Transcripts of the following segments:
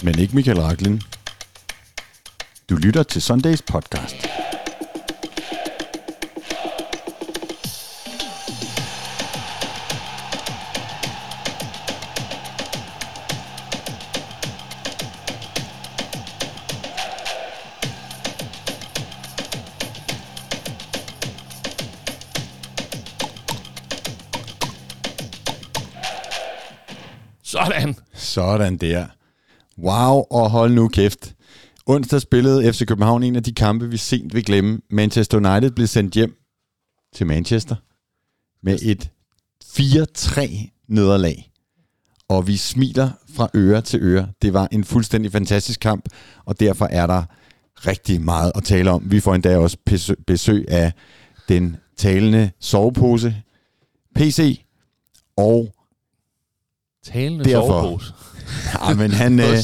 men ikke Michael Rachlin. Du lytter til Sundays podcast. Sådan der. Wow, og hold nu kæft. Onsdag spillede FC København en af de kampe, vi sent vil glemme. Manchester United blev sendt hjem til Manchester med et 4-3 nederlag. Og vi smiler fra øre til øre. Det var en fuldstændig fantastisk kamp, og derfor er der rigtig meget at tale om. Vi får endda også besøg af den talende sovepose, PC, og talende sovepose. Ja, men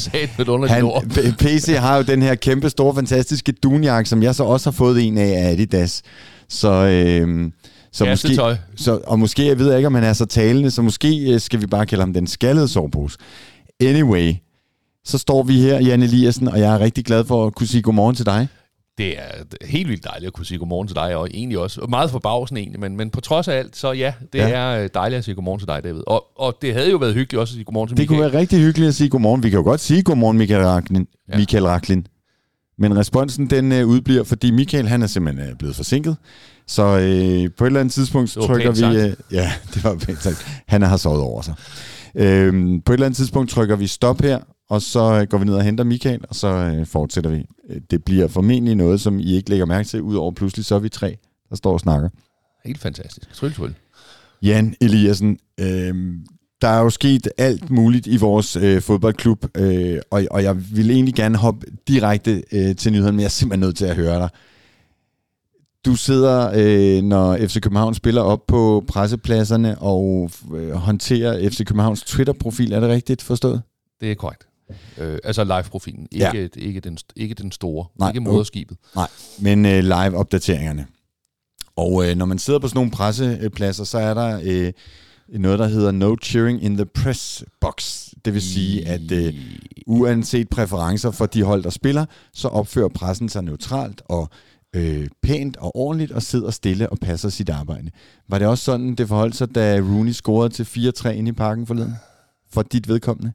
PC har jo den her kæmpe, store, fantastiske dunjakke, som jeg så også har fået en af Adidas. Så måske, jeg ved ikke, om han er så talende, så måske skal vi bare kalde ham den skaldede sovepose. Anyway, så står vi her, Jan Eliassen, og jeg er rigtig glad for at kunne sige godmorgen til dig. Det er helt vildt dejligt at kunne sige godmorgen til dig, og egentlig også meget forbavsende egentlig, men på trods af alt, så ja, det er dejligt at sige godmorgen til dig, David. Og det havde jo været hyggeligt også at sige godmorgen til Michael. Det kunne være rigtig hyggeligt at sige godmorgen. Vi kan jo godt sige godmorgen, Michael Rachlin. Men responsen, den udbliver, fordi Michael, han er simpelthen blevet forsinket. Så på et eller andet tidspunkt trykker vi... ja, det var pænt sagt. Han har sovet over sig. På et eller andet tidspunkt trykker vi stop her, og så går vi ned og henter Michael, og så fortsætter vi. Det bliver formentlig noget, som I ikke lægger mærke til, udover pludselig så er vi 3, der står og snakker. Helt fantastisk. Tryl. Jan Eliassen, der er jo sket alt muligt i vores fodboldklub, og jeg vil egentlig gerne hoppe direkte til nyheden, men jeg er simpelthen nødt til at høre dig. Du sidder, når FC København spiller op på pressepladserne og håndterer FC Københavns Twitter-profil. Er det rigtigt forstået? Det er korrekt. Altså live-profilen, ikke den store, nej, ikke moderskibet. Nej, men live-opdateringerne. Og når man sidder på sådan nogle pressepladser, så er der noget, der hedder no cheering in the press box. Det vil sige, at uanset præferencer for de hold, der spiller, så opfører pressen sig neutralt og pænt og ordentligt og sidder stille og passer sit arbejde. Var det også sådan, det forholdt sig, da Rooney scorede til 4-3 inde i parken forleden? For dit vedkommende?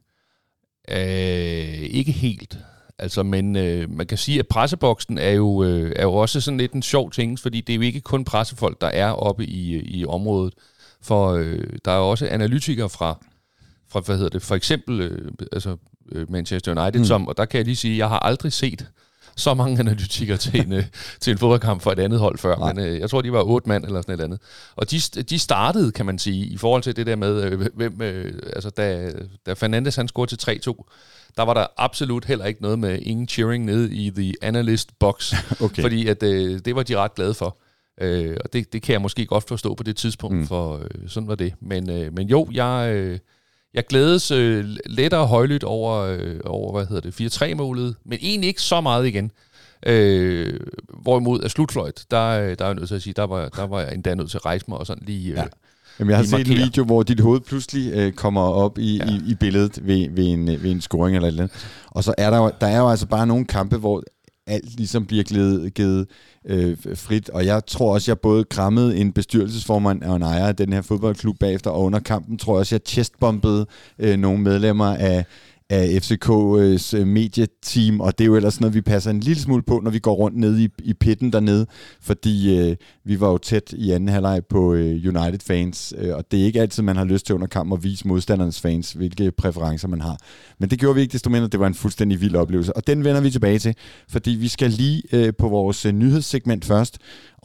Ikke helt. Altså, men man kan sige, at presseboksen er jo også sådan lidt en sjov ting, fordi det er jo ikke kun pressefolk, der er oppe i området. For der er også analytikere fra for eksempel Manchester United, og der kan jeg lige sige, at jeg har aldrig set så mange analytikere til en fodboldkamp for et andet hold før. Nej. Men jeg tror, de var 8 mand eller sådan et andet. Og de startede, kan man sige, i forhold til det der med, da Fernandes han scorede til 3-2, der var der absolut heller ikke noget med ingen cheering nede i the analyst box, okay. Fordi at, det var de ret glade for. Og det kan jeg måske godt forstå på det tidspunkt, for sådan var det. Men jo, jeg glædes lettere højlydt over 4-3-målet, men egentlig ikke så meget igen. Hvorimod af slutfløjt, der er jeg nødt til at sige, der var jeg endda nødt til at rejse mig og sådan lige... Ja. Jamen, jeg har set en video, hvor dit hoved pludselig kommer op i billedet ved en scoring eller et eller andet. Og så er der er jo altså bare nogle kampe, hvor alt ligesom bliver givet frit, og jeg tror også, jeg både krammede en bestyrelsesformand og en ejer af den her fodboldklub bagefter, og under kampen tror jeg også, jeg chestbombede nogle medlemmer af FCK's medieteam, og det er jo ellers noget, vi passer en lille smule på, når vi går rundt nede i pitten dernede, fordi vi var jo tæt i anden halvleg på United-fans, og det er ikke altid, man har lyst til under kamp at vise modstandernes fans, hvilke præferencer man har. Men det gjorde vi ikke desto mindre, det var en fuldstændig vild oplevelse, og den vender vi tilbage til, fordi vi skal lige på vores nyhedssegment først,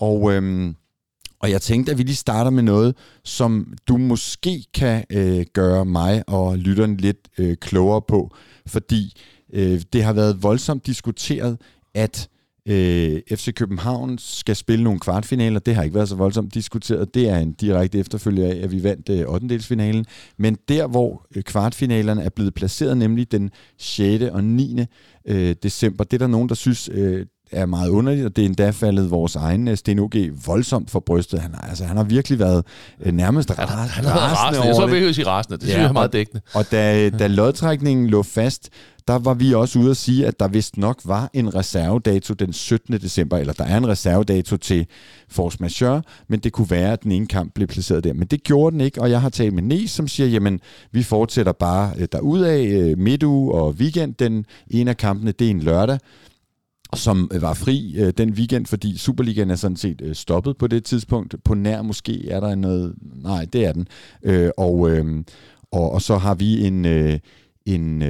og jeg tænkte, at vi lige starter med noget, som du måske kan gøre mig og lytteren lidt klogere på, fordi det har været voldsomt diskuteret, at FC København skal spille nogle kvartfinaler. Det har ikke været så voldsomt diskuteret. Det er en direkte efterfølger af, at vi vandt 8. Men der, hvor kvartfinalerne er blevet placeret, nemlig den 6. og 9. december, det er der nogen, der synes er meget underligt, og det er endda faldet vores egen Sten O.G. voldsomt for brystet. Han har virkelig været nærmest rasende over det. Så vil jeg sige rasende. Det synes jeg er meget dækkende. Og da lodtrækningen lå fast, der var vi også ude at sige, at der vist nok var en reservedato den 17. december, eller der er en reservedato til force majeure, men det kunne være, at den ene kamp blev placeret der. Men det gjorde den ikke, og jeg har talt med Nes, som siger, jamen, vi fortsætter bare derudad, midtuge og weekend. Den ene af kampene, det er en lørdag, som var fri den weekend, fordi Superligaen er sådan set stoppet på det tidspunkt. På nær måske er der noget... Nej, det er den. Og så har vi en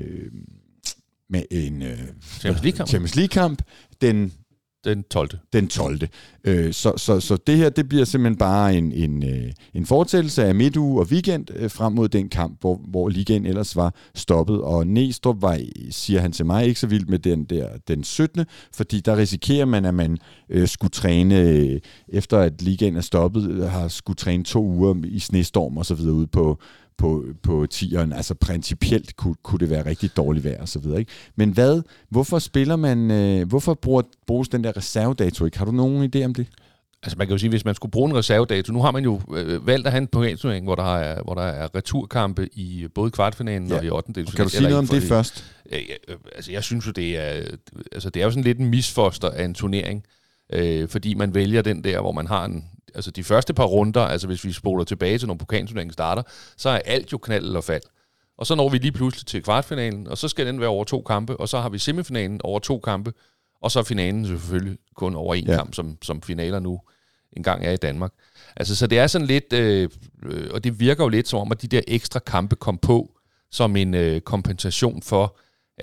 Champions League-kamp den 12. Den 12. Så det her, det bliver simpelthen bare en fortsættelse af midtuge og weekend frem mod den kamp, hvor ligaen ellers var stoppet. Og Næstrup var, siger han til mig, ikke så vild med den 17. Fordi der risikerer man, at man skulle træne, efter at ligaen er stoppet, har skulle træne 2 uger i snestorm og så videre ude på tieren. Altså principielt kunne det være rigtig dårligt vejr og så videre, ikke? Men hvorfor spiller man, hvorfor bruges den der reservedato ikke? Har du nogen idé om det? Altså man kan jo sige, hvis man skulle bruge en reservedato, nu har man jo valgt at have en pokalturnering, hvor der er returkampe i både kvartfinalen og i 8. Kan du sige noget om det først? Altså jeg synes jo, det er jo sådan lidt en misfoster af en turnering, fordi man vælger den der, hvor man har altså de første par runder, altså hvis vi spoler tilbage til, når pokalturneringen starter, så er alt jo knald eller fald. Og så når vi lige pludselig til kvartfinalen, og så skal den være over 2 kampe, og så har vi semifinalen over 2 kampe, og så finalen selvfølgelig kun over 1 kamp, som finaler nu engang er i Danmark. Altså så det er sådan lidt, og det virker jo lidt som om, at de der ekstra kampe kom på som en kompensation for,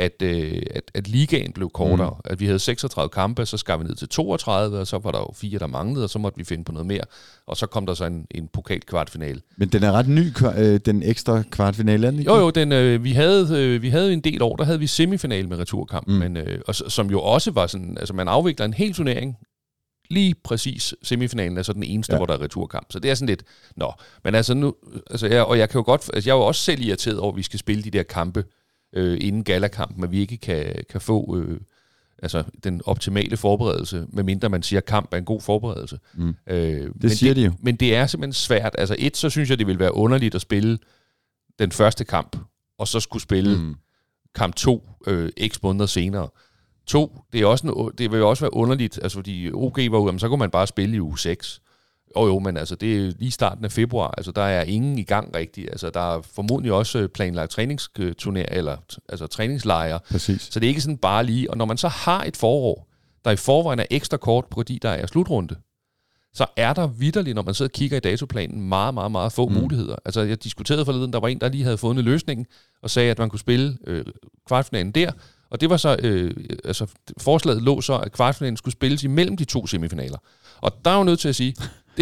at ligaen blev kortere. At vi havde 36 kampe, så skar vi ned til 32, og så var der jo 4, der manglede, og så måtte vi finde på noget mere. Og så kom der så en pokalkvartfinale. Men den er ret ny, den ekstra kvartfinale, er den ikke? Jo, vi havde en del år, der havde vi semifinale med returkampen, men, som jo også var sådan, altså man afvikler en hel turnering, lige præcis semifinalen er så den eneste, hvor der er returkamp. Så det er sådan lidt, men altså nu, altså jeg kan jo godt, altså jeg er jo også selv irriteret over, at vi skal spille de der kampe, inden galakampen, at vi ikke kan få altså den optimale forberedelse, medmindre man siger, at kamp er en god forberedelse. Det siger de jo. Men det er simpelthen svært. Altså så synes jeg, det vil være underligt at spille den første kamp, og så skulle spille kamp 2 x måneder senere. 2, det vil jo også være underligt, altså fordi OG var ude, så kunne man bare spille i uge 6. Men altså, det er lige starten af februar, altså der er ingen i gang rigtigt. Altså der er formodentlig også planlagt træningsturnér, eller altså træningslejre. Præcis. Så det er ikke sådan bare lige, og når man så har et forår, der i forvejen er ekstra kort, fordi der er slutrunde, så er der vitterligt, når man sidder og kigger i datoplanen, meget, meget, meget få muligheder. Altså jeg diskuterede forleden, der var en, der lige havde fundet løsningen, og sagde, at man kunne spille kvartfinalen der, og det var så, altså forslaget lå så, at kvartfinalen skulle spilles imellem de 2 semifinaler. Og der er jo nødt til at sige,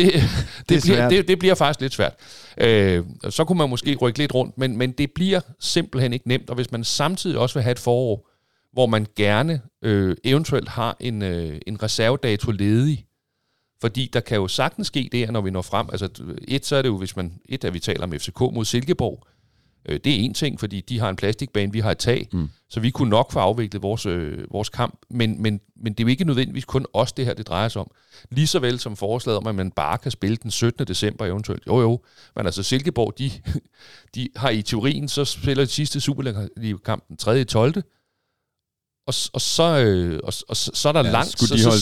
det bliver faktisk lidt svært. Så kunne man måske rykke lidt rundt, men det bliver simpelthen ikke nemt, og hvis man samtidig også vil have et forår, hvor man gerne eventuelt har en reservedato ledig, fordi der kan jo sagtens ske det, når vi når frem. Altså så er det jo, at vi taler om FCK mod Silkeborg. Det er en ting, fordi de har en plastikbane, vi har et tag, så vi kunne nok få afviklet vores kamp, men det er jo ikke nødvendigvis kun os, det her det drejer sig om. Lige så vel som forslaget om, at man bare kan spille den 17. december eventuelt. Jo, men altså Silkeborg, de har i teorien, så spiller de sidste Superliga-kamp den 3. 12. Og så er der langt,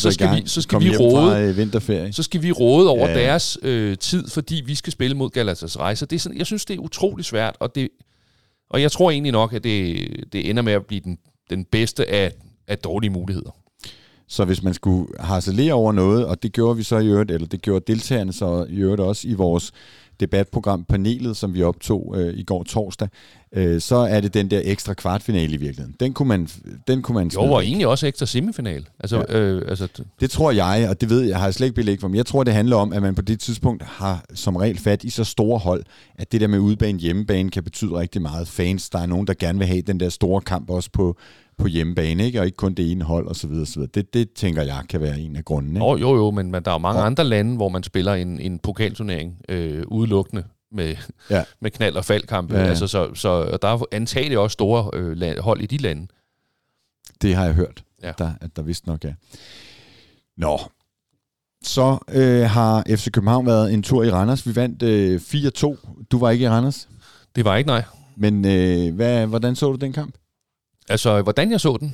så skal vi råde over deres tid, fordi vi skal spille mod Galatasaray. Så det er sådan, jeg synes, det er utrolig svært, og jeg tror egentlig nok, at det ender med at blive den bedste af dårlige muligheder. Så hvis man skulle harcelere over noget, og det gjorde vi så i øvrigt, eller det gjorde deltagerne så i øvrigt også i vores debatprogram Panelet, som vi optog i går torsdag, så er det den der ekstra kvartfinale i virkeligheden. Den kunne man jo, og egentlig også ekstra semifinal. Altså, det tror jeg, og det ved jeg har slet ikke belæg for, men jeg tror, det handler om, at man på det tidspunkt har som regel fat i så store hold, at det der med udebane, hjemmebane kan betyde rigtig meget. Fans, der er nogen, der gerne vil have den der store kamp også på hjemmebane, ikke? Og ikke kun det ene hold og så videre, så videre. Det tænker jeg kan være en af grundene. Jo, men der er jo mange andre lande, hvor man spiller en pokalturnering udelukkende med knald- og faldkampe. Altså, så der er antageligt også store hold i de lande. Det har jeg hørt, at der vist nok er. Nå, så har FC København været en tur i Randers. Vi vandt 4-2. Du var ikke i Randers? Det var ikke, nej. Men hvordan så du den kamp? Altså, hvordan jeg så den?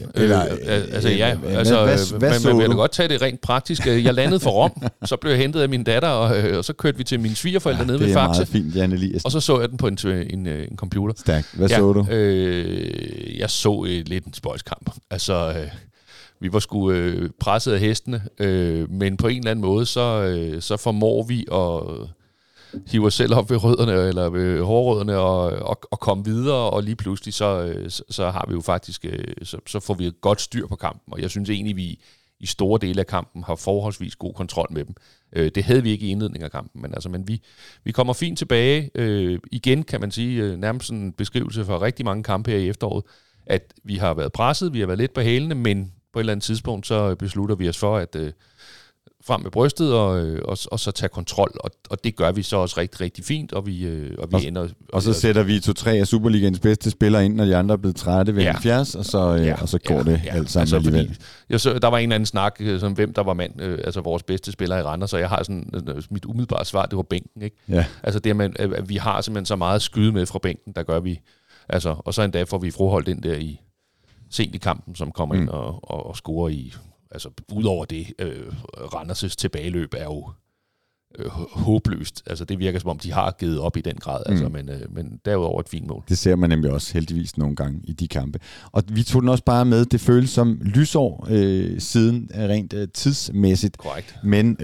Hvad så man vil du? godt tage det rent praktisk. Jeg landede for Rom, så blev jeg hentet af min datter, og så kørte vi til mine svigerforældre nede ved Faxe. Det er meget fint, Jan Eliassen. Og så så jeg den på en computer. Stærkt. Hvad så du? Jeg så lidt en spøjskamp. Altså, vi var sgu presset af hestene, men på en eller anden måde, så formår vi at hive os selv op ved rødderne, eller ved hårrødderne, og komme videre, og lige pludselig, så har vi jo faktisk, så får vi et godt styr på kampen, og jeg synes egentlig, vi i store dele af kampen har forholdsvis god kontrol med dem. Det havde vi ikke i indledningen af kampen, men vi kommer fint tilbage. Igen kan man sige, nærmest en beskrivelse for rigtig mange kampe her i efteråret, at vi har været presset, vi har været lidt på hælene, men på et eller andet tidspunkt, så beslutter vi os for, at frem med brystet og så tage kontrol, og det gør vi så også rigtig, rigtig fint, og vi ender... Og så sætter vi 2-3 af Superligaens bedste spillere ind, når de andre er blevet trætte ved 70, og så går det alt sammen alligevel. Der var en eller anden snak, som hvem der var mand, altså vores bedste spiller i Randers, så jeg har sådan, mit umiddelbare svar, det var bænken, ikke? Ja. Altså det, at vi har simpelthen så meget at skyde med fra bænken, der gør vi, altså, og så endda får vi Froholt ind der i sent i kampen, som kommer ind og scorer i... Altså, udover det, Randers' tilbageløb er jo håbløst. Altså, det virker som om, de har givet op i den grad. Altså, men derudover et fint mål. Det ser man nemlig også heldigvis nogle gange i de kampe. Og vi tog den også bare med. Det føles som lysår siden rent tidsmæssigt. Korrekt. Men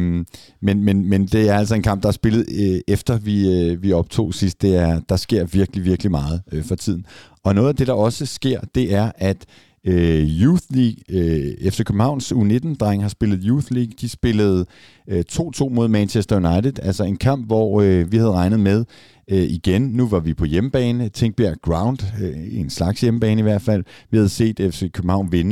det er altså en kamp, der er spillet efter vi optog sidst. Der sker virkelig, virkelig meget for tiden. Og noget af det, der også sker, det er, at Youth League, FC Københavns U19-dreng har spillet Youth League. De spillede 2-2 mod Manchester United. Altså en kamp, hvor vi havde regnet med igen. Nu var vi på hjemmebane, Tingbjerg Ground, en slags hjemmebane i hvert fald. Vi havde set FC København vinde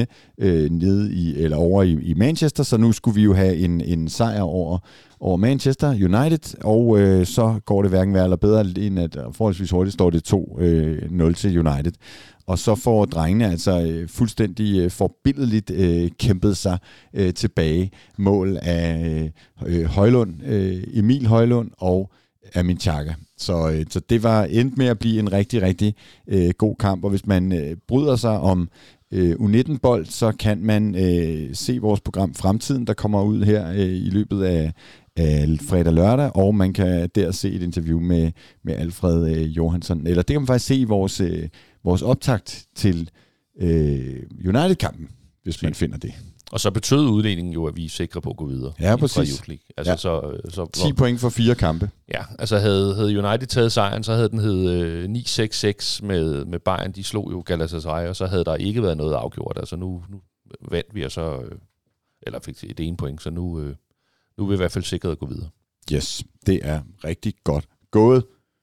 over i Manchester, så nu skulle vi jo have en sejr over Manchester United, og så går det hverken værre eller bedre, end at forholdsvis hurtigt står det 2-0 til United. Og så får drengene altså fuldstændig forbilledeligt kæmpet sig tilbage. Mål af Højlund, Emil Højlund og Amin Chaka. Så det var endt med at blive en rigtig, rigtig god kamp. Og hvis man bryder sig om U19-bold, så kan man se vores program Fremtiden, der kommer ud her i løbet af fredag lørdag, og man kan der se et interview med Alfred Johansson. Eller det kan man faktisk se i vores optakt til United-kampen, hvis man finder det. Og så betød uddelingen jo, at vi er sikre på at gå videre. Ja, præcis. Altså, ja. Så 10 point for 4 kampe. Ja, altså havde United taget sejren, så havde den hed 9-6-6 med Bayern. De slog jo Galatasaray, og så havde der ikke været noget afgjort. Altså nu vandt vi, og så eller fik et 1 point, så nu er vi i hvert fald sikret at gå videre. Yes, det er rigtig godt gået.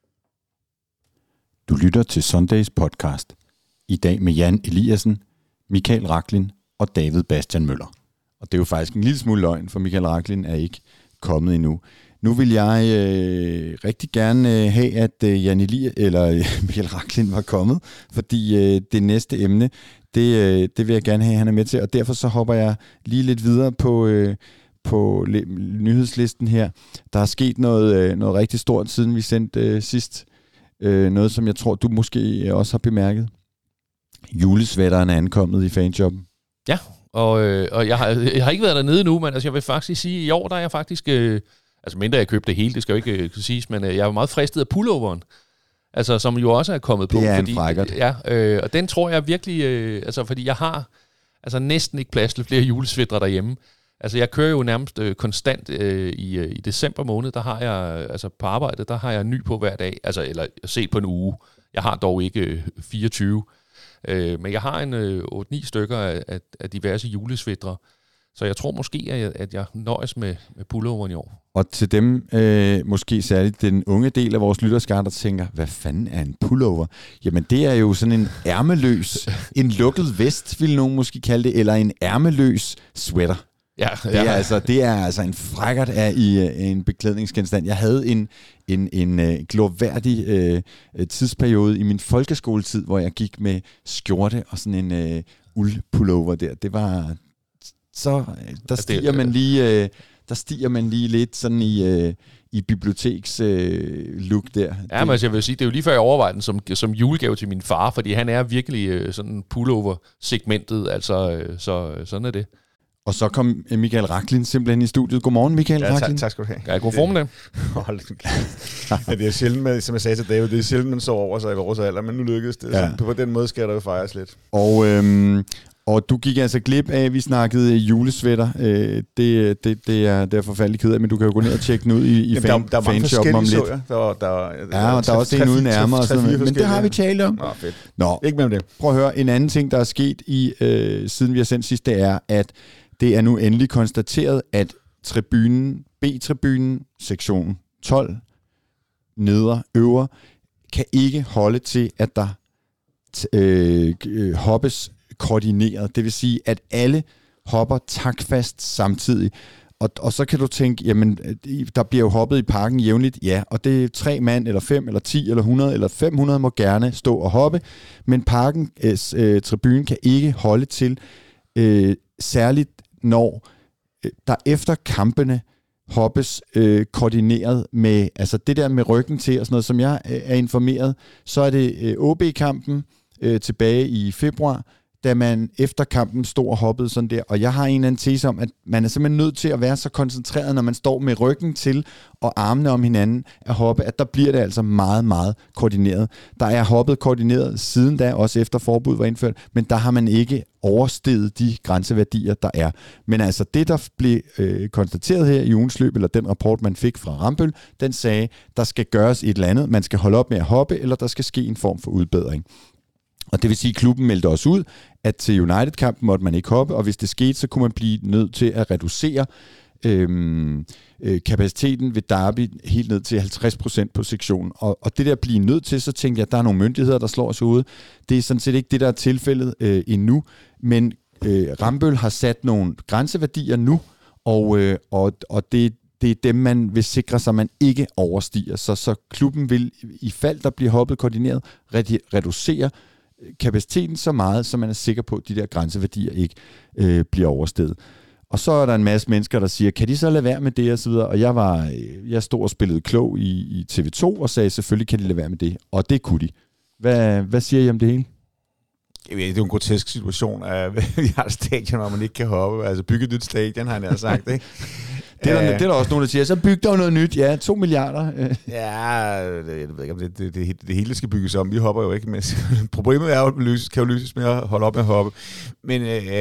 Du lytter til Sundays podcast. I dag med Jan Eliassen, Michael Raklin og David Bastian Møller. Og det er jo faktisk en lille smule løgn, for Michael Raklin er ikke kommet endnu. Nu vil jeg rigtig gerne have, at Michael Raklin var kommet, fordi det næste emne, det vil jeg gerne have, at han er med til, og derfor så hopper jeg lige lidt videre på nyhedslisten her. Der er sket noget rigtig stort, siden vi sendte sidst. Noget, som jeg tror, du måske også har bemærket. Julesvætteren er ankommet i fanjobben. Ja, og jeg har ikke været dernede nu, men altså, jeg vil faktisk sige, at i år der er jeg faktisk... altså mindre jeg købte det hele, det skal jo ikke siges, men jeg er meget fristet af pulloveren. Altså, som jo også er kommet på. Det er en frækkert. Ja, og den tror jeg virkelig... fordi jeg har næsten ikke plads til flere julesvætter derhjemme. Altså, jeg kører jo nærmest konstant i december måned, der har jeg, altså på arbejde, der har jeg ny på hver dag, altså, eller set på en uge. Jeg har dog ikke 24, men jeg har en 8-9 stykker af diverse julesvætre, så jeg tror måske, at jeg nøjes med pulloveren i år. Og til dem, måske særligt den unge del af vores lytterskare, der tænker, hvad fanden er en pullover? Jamen, det er jo sådan en ærmeløs, en lukket vest, vil nogen måske kalde det, eller en ærmeløs sweater. Ja. Det er altså en frækkert af en beklædningsgenstand. Jeg havde en glorværdig tidsperiode i min folkeskoletid, hvor jeg gik med skjorte og sådan en uldpullover der. Det var så der stiger man lige der stiger man lige lidt sådan i biblioteks look der. Ja, men altså, jeg vil sige, det er jo lige før jeg overvejede den som julegave til min far, fordi han er virkelig sådan pullover-segmentet, altså så sådan er det. Og så kom Michael Rachlin simpelthen i studiet. Godmorgen, Michael Rachlin. Tak skal du have. Ja, god formiddag. Ja, det er sjældent, som jeg sagde til David, det er sjældent, man sover over sig i vores alder, men nu lykkedes det. Ja. Så på den måde skal der jo fejres lidt. Og du gik altså glip af, vi snakkede julesvætter. Det er forfærdeligt ked af, men du kan jo gå ned og tjekke den ud i fanshoppen om lidt. Der er også en uden ærmer og sådan noget. Men det har vi talt om. Fedt. Nå, ikke med det. Prøv at høre, en anden ting, der er sket siden vi har sendt sidst, det er, at det er nu endelig konstateret, at B-tribunen, sektion 12, nedre, øvre, kan ikke holde til, at der hoppes koordineret. Det vil sige, at alle hopper taktfast samtidig. Og så kan du tænke, jamen, der bliver jo hoppet i parken jævnligt, ja, og det er 3 mand, eller 5, eller 10, eller 100, eller 500 må gerne stå og hoppe, men parkens tribune kan ikke holde til, særligt når der efter kampene hoppes koordineret med, altså det der med ryggen til og sådan noget, som jeg er informeret, så er det OB-kampen tilbage i februar, da man efter kampen stod og hoppede sådan der. Og jeg har en eller anden tese om, at man er simpelthen nødt til at være så koncentreret, når man står med ryggen til og armene om hinanden at hoppe, at der bliver det altså meget, meget koordineret. Der er hoppet koordineret siden da, også efter forbud var indført, men der har man ikke oversteget de grænseværdier, der er. Men altså det, der blev konstateret her i ugens løb, eller den rapport, man fik fra Rambøll, den sagde, der skal gøres et eller andet. Man skal holde op med at hoppe, eller der skal ske en form for udbedring. Og det vil sige, at klubben meldte også ud, at til United-kampen måtte man ikke hoppe, og hvis det skete, så kunne man blive nødt til at reducere kapaciteten ved Derby helt ned til 50% på sektionen. Og det der blive nødt til, så tænkte jeg, at der er nogle myndigheder, der slår os ude. Det er sådan set ikke det, der er tilfældet endnu, men Rambøll har sat nogle grænseværdier nu, og det er dem, man vil sikre sig, man ikke overstiger. Så klubben vil, i fald der bliver hoppet koordineret, reducere kapaciteten så meget, så man er sikker på, at de der grænseværdier ikke bliver oversteget. Og så er der en masse mennesker, der siger, kan de så lade være med det og så videre? Og jeg stod og spillede klog i TV2 og sagde, selvfølgelig kan de lade være med det. Og det kunne de. Hvad siger I om det hele? Det er jo en grotesk situation, at vi har et stadion, hvor man ikke kan hoppe. Altså bygge et nyt stadion, har han sagt, ikke? Det er der også nogen, der siger, så byg der noget nyt. Ja, 2 milliarder. Ja, jeg ved ikke, om det hele skal bygges om. Vi hopper jo ikke. Men problemet er jo, kan jo løses med at holde op med at hoppe. Men,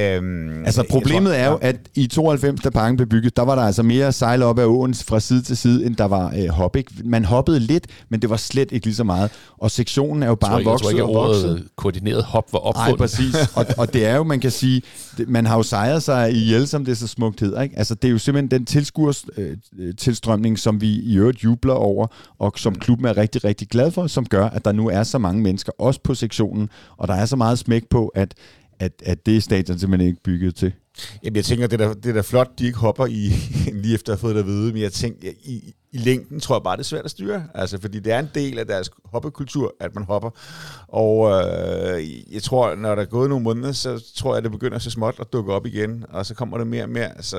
altså problemet er jo, at i 92, da parken blev bygget, der var der altså mere sejl op ad åen fra side til side, end der var hop. Ikke? Man hoppede lidt, men det var slet ikke lige så meget. Og sektionen er jo bare vokset og vokset. Jeg tror ikke, koordineret hop var opfundet. Nej, præcis. Og det er jo, man kan sige, man har jo sejret sig ihjel, som det så smukt hedder. Ikke? Altså det er jo simpelthen den tilskuertilstrømning, som vi i øvrigt jubler over, og som klubben er rigtig, rigtig glad for, som gør, at der nu er så mange mennesker, også på sektionen, og der er så meget smæk på, at det stadion simpelthen ikke bygget til. Jamen, jeg tænker, det er da flot, de ikke hopper lige efter at have fået det at vide, men jeg tænker, i længden tror jeg bare, det er svært at styre. Altså, fordi det er en del af deres hoppekultur, at man hopper. Og jeg tror, når der er gået nogle måneder, så tror jeg, det begynder så småt at dukke op igen, og så kommer det mere og mere. Altså,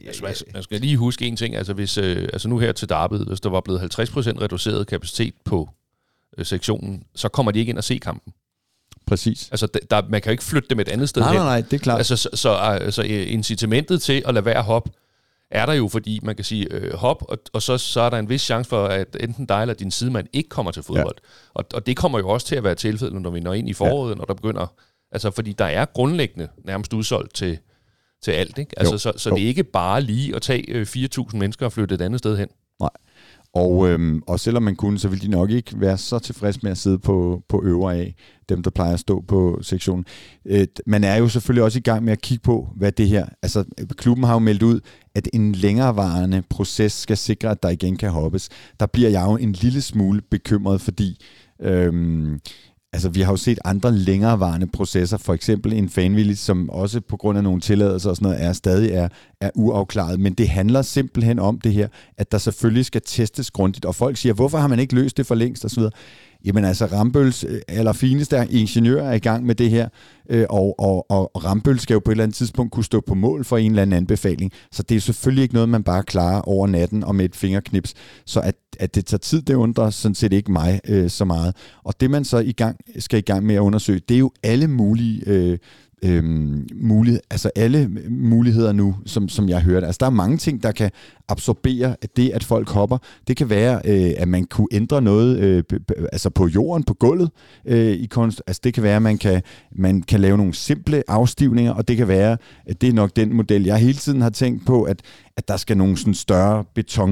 jeg skal lige huske en ting. Altså, hvis, nu her til Derby, hvis der var blevet 50% reduceret kapacitet på sektionen, så kommer de ikke ind og se kampen. Præcis. Altså, man kan jo ikke flytte dem et andet sted hen. Nej, det er klart. Altså, så incitamentet til at lade være hop er der jo, fordi man kan sige hop, og så er der en vis chance for, at enten dig eller din sidemand ikke kommer til fodbold. Ja. Og det kommer jo også til at være tilfældet, når vi når ind i foråret, når der begynder. Altså, fordi der er grundlæggende nærmest udsolgt til alt, ikke? Altså, så det er ikke bare lige at tage 4.000 mennesker og flytte et andet sted hen. Nej. Og selvom man kunne, så ville de nok ikke være så tilfreds med at sidde på øvre af, dem der plejer at stå på sektionen. Man er jo selvfølgelig også i gang med at kigge på, hvad det her... Altså, klubben har jo meldt ud, at en længerevarende proces skal sikre, at der igen kan hoppes. Der bliver jeg jo en lille smule bekymret, fordi... Altså, vi har jo set andre længerevarende processer, for eksempel en fanvillage, som også på grund af nogle tilladelser og sådan noget, stadig er uafklaret. Men det handler simpelthen om det her, at der selvfølgelig skal testes grundigt. Og folk siger, hvorfor har man ikke løst det for længst og så videre. jamen altså Rambølls allerfineste ingeniør er i gang med det her, og Rambøll skal jo på et eller andet tidspunkt kunne stå på mål for en eller anden anbefaling, så det er selvfølgelig ikke noget, man bare klarer over natten og med et fingerknips, så at det tager tid, det undrer sådan set ikke mig så meget. Og det man så skal i gang med at undersøge, det er jo alle mulige alle muligheder nu, som jeg hørte. Altså, der er mange ting, der kan absorbere det, at folk hopper. Det kan være, at man kunne ændre noget på jorden, på gulvet i kunst. Altså, det kan være, at man kan lave nogle simple afstivninger, og det kan være, at det er nok den model, jeg hele tiden har tænkt på, at der skal nogle sådan større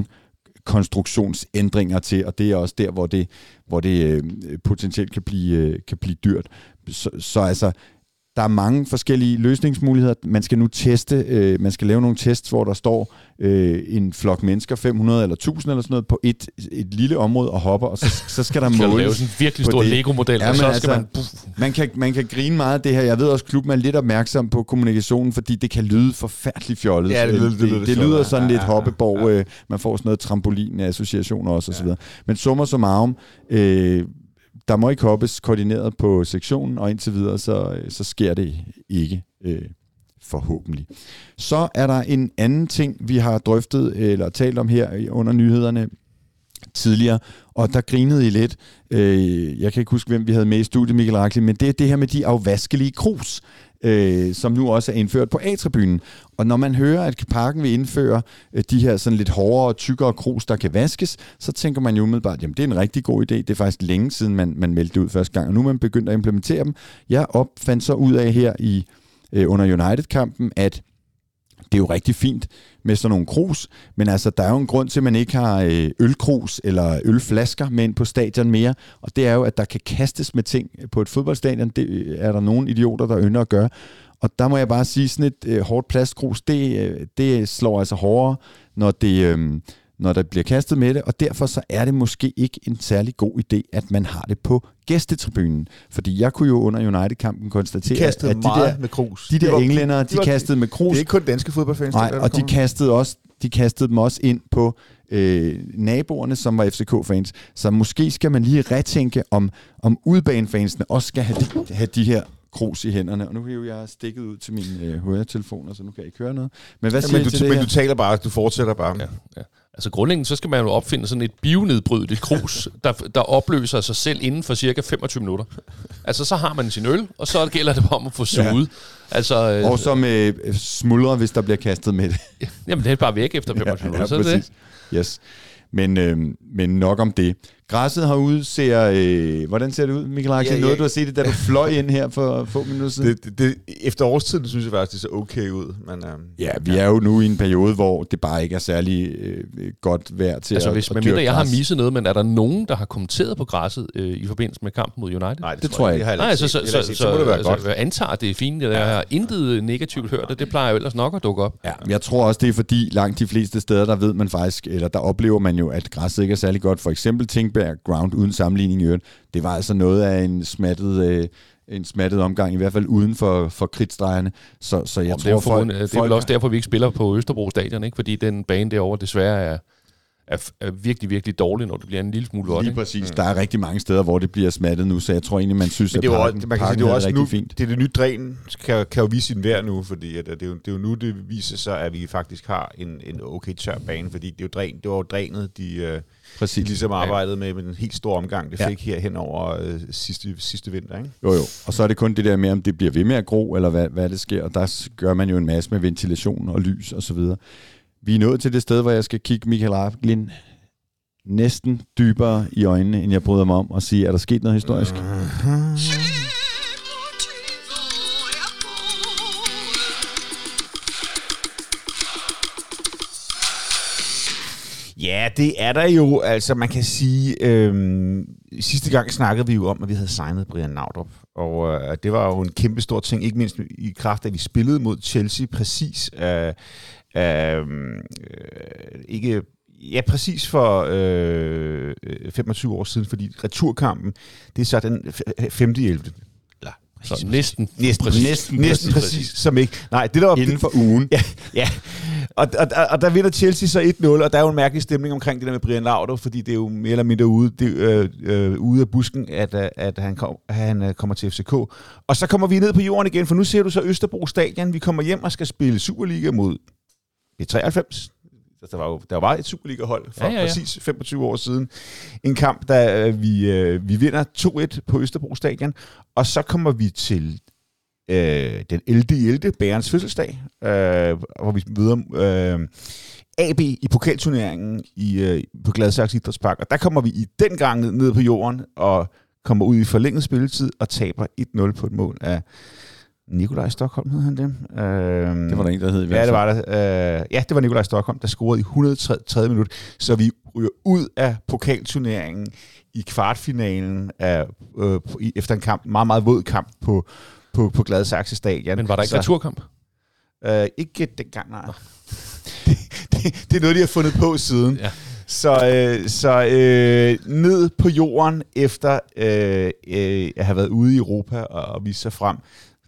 betonkonstruktionsændringer til, og det er også der, hvor det potentielt kan blive dyrt. Så altså, der er mange forskellige løsningsmuligheder. Man skal nu teste, man skal lave nogle tests, hvor der står en flok mennesker, 500 eller 1000 eller sådan noget, på et lille område og hopper, og så skal der måles. Man lave sådan en virkelig stor Lego-model, og så skal man kan grine meget af det her. Jeg ved også, klubben er lidt opmærksom på kommunikationen, fordi det kan lyde forfærdeligt fjollet. Ja, det lyder sådan lidt hoppeborg. Man får sådan noget trampolin-associationer også, og så videre. Men summa summarum, der må ikke hoppes koordineret på sektionen, og indtil videre, så sker det ikke, forhåbentlig. Så er der en anden ting, vi har drøftet eller talt om her under nyhederne tidligere, og der grinede I lidt. Jeg kan ikke huske, hvem vi havde med i studiet, Michael Rakli, men det er det her med de afvaskelige krus, som nu også er indført på A-tribunen. Og når man hører, at parken vil indføre de her sådan lidt hårdere og tykkere krus, der kan vaskes, så tænker man jo umiddelbart, jamen det er en rigtig god idé. Det er faktisk længe siden, man meldte det ud første gang, og nu er man begyndt at implementere dem. Jeg fandt så ud af her under United-kampen, at det er jo rigtig fint med sådan nogle krus, men altså, der er jo en grund til, at man ikke har ølkrus eller ølflasker med ind på stadion mere, og det er jo, at der kan kastes med ting på et fodboldstadion. Det er der nogle idioter, der ynder at gøre. Og der må jeg bare sige, sådan et hårdt plastkrus, det slår altså hårdere, når der bliver kastet med det, og derfor så er det måske ikke en særlig god idé, at man har det på gæstetribunen. Fordi jeg kunne jo under United-kampen konstatere, at de der englændere, de kastede med krus. Det er ikke kun danske fodboldfans. Nej, og de kastede dem også ind på naboerne, som var FCK-fans. Så måske skal man lige retænke, om udbanefansene også skal have de her krus i hænderne. Og nu er jeg stikket ud til mine høretelefoner, så nu kan jeg ikke høre noget. Men hvad siger du du taler bare, du fortsætter bare. Ja. Altså grundlæggende, så skal man jo opfinde sådan et bionedbrydeligt krus, der opløser sig selv inden for cirka 25 minutter. Altså så har man sin øl, og så gælder det om at få suget. Ja. Altså, og så med smuldre, hvis der bliver kastet med det. Jamen det er bare væk efter 25 minutter, så er det. Yes. Men nok om det. Græsset herude ser... hvordan ser det ud, Michael Axel? Noget, du har set det, da du fløj ind her for få minutter siden? Efter årstiden synes jeg faktisk, det ser okay ud. Men, vi er jo nu i en periode, hvor det bare ikke er særlig godt vejr til at hvis mindre jeg har misset noget, men er der nogen, der har kommenteret på græsset i forbindelse med kampen mod United? Nej, det tror jeg ikke. Nej, så må det være godt. Jeg antager, det er fint. Jeg har intet negativt hørt, og det plejer jo ellers nok at dukke op. Ja, jeg tror også, det er fordi langt de fleste steder, der ved man faktisk, eller der oplever man jo, at græsset ikke er særlig godt. For eksempel Tingberg Ground uden sammenligning i øvrigt. Det var altså noget af en smattet omgang, i hvert fald uden for kridtstregerne. Så jeg tror, det er vel også derfor, vi ikke spiller på Østerbro Stadion, ikke? Fordi den bane derovre desværre er virkelig, virkelig dårlig, når det bliver en lille smule vådt. Lige præcis. Der er rigtig mange steder, hvor det bliver smattet nu, så jeg tror egentlig, man synes, at parken er rigtig nu, fint. Det nye dræn kan jo vise sin værd nu, fordi at det er jo nu, det viser sig, at vi faktisk har en okay tør bane, fordi det var jo drænet, de ligesom arbejdede med den helt store omgang, det fik her hen over sidste vinter, ikke? Jo. Og så er det kun det der med, om det bliver ved med at gro, eller hvad det sker, og der gør man jo en masse med ventilation og lys og så videre. Vi er nået til det sted, hvor jeg skal kigge Michael Raffglin næsten dybere i øjnene, end jeg bryder mig om, og sige, er der sket noget historisk? Ja, det er der jo. Altså, man kan sige, sidste gang snakkede vi jo om, at vi havde signet Brian Laudrup, og det var jo en kæmpe stor ting, ikke mindst i kraft af, at vi spillede mod Chelsea præcis præcis for 25 år siden, fordi returkampen, det er så den 5.11. Så næsten præcis, som ikke. Nej, det der var inden for ugen. Ja. Og der vinder Chelsea så 1-0, og der er jo en mærkelig stemning omkring det der med Brian Laudrup, fordi det er jo mere eller mindre ude af busken, at han kommer til FCK. Og så kommer vi ned på jorden igen, for nu ser du så Østerbro Stadion. Vi kommer hjem og skal spille Superliga mod B93. Der var et Superliga-hold for præcis 25 år siden. En kamp, der vi vinder 2-1 på Østerbro Stadion, og så kommer vi til den 11. Bærens fødselsdag, hvor vi møder AB i pokalturneringen på Gladsaxe Idrætspark. Og der kommer vi i den gang ned på jorden og kommer ud i forlænget spilletid og taber 1-0 på et mål af Nikolaj Stockholm, hed han det. Det var der en, der hed. Ja, det var der. Det var Nikolaj Stockholm, der scorede i 103. minut. Så vi ryger ud af pokalturneringen i kvartfinalen efter en kamp, meget, meget våd kamp på Gladsaxe Stadion. Men var der ikke returkamp? Ikke dengang, nej. Det er noget, de har fundet på siden. Ja. Så ned på jorden efter at have været ude i Europa og vise sig frem.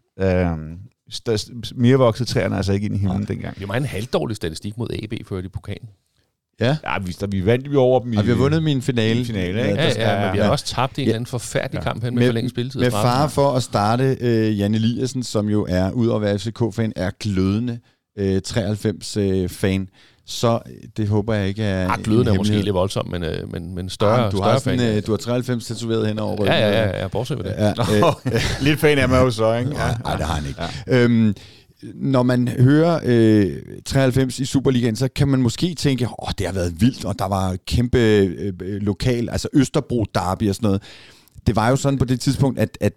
Mere voksede træerne altså ikke ind i himlen dengang. Det var en halvdårlig statistik mod AB før i pokalen. Ja, vi vandt jo over dem. Og vi har vundet min finale. Ikke? Men vi har også tabt en eller anden forfærdelig kamp hen med forlænget spilletid. Med far for at starte, Jan Eliassen, som jo er, ud over at være FCK-fan, er glødende 93-fan. Så det håber jeg ikke er glødende er måske lidt voldsomt, men større fan. Du har 93 tatoveret hen over ryggen. Ja, bortset ved det. Lidt fan er man jo så, ikke? Nej, det har han ikke. Ja. Når man hører 93 i Superligaen, så kan man måske tænke, det har været vildt, og der var kæmpe lokal, altså Østerbro derby og sådan noget. Det var jo sådan på det tidspunkt, at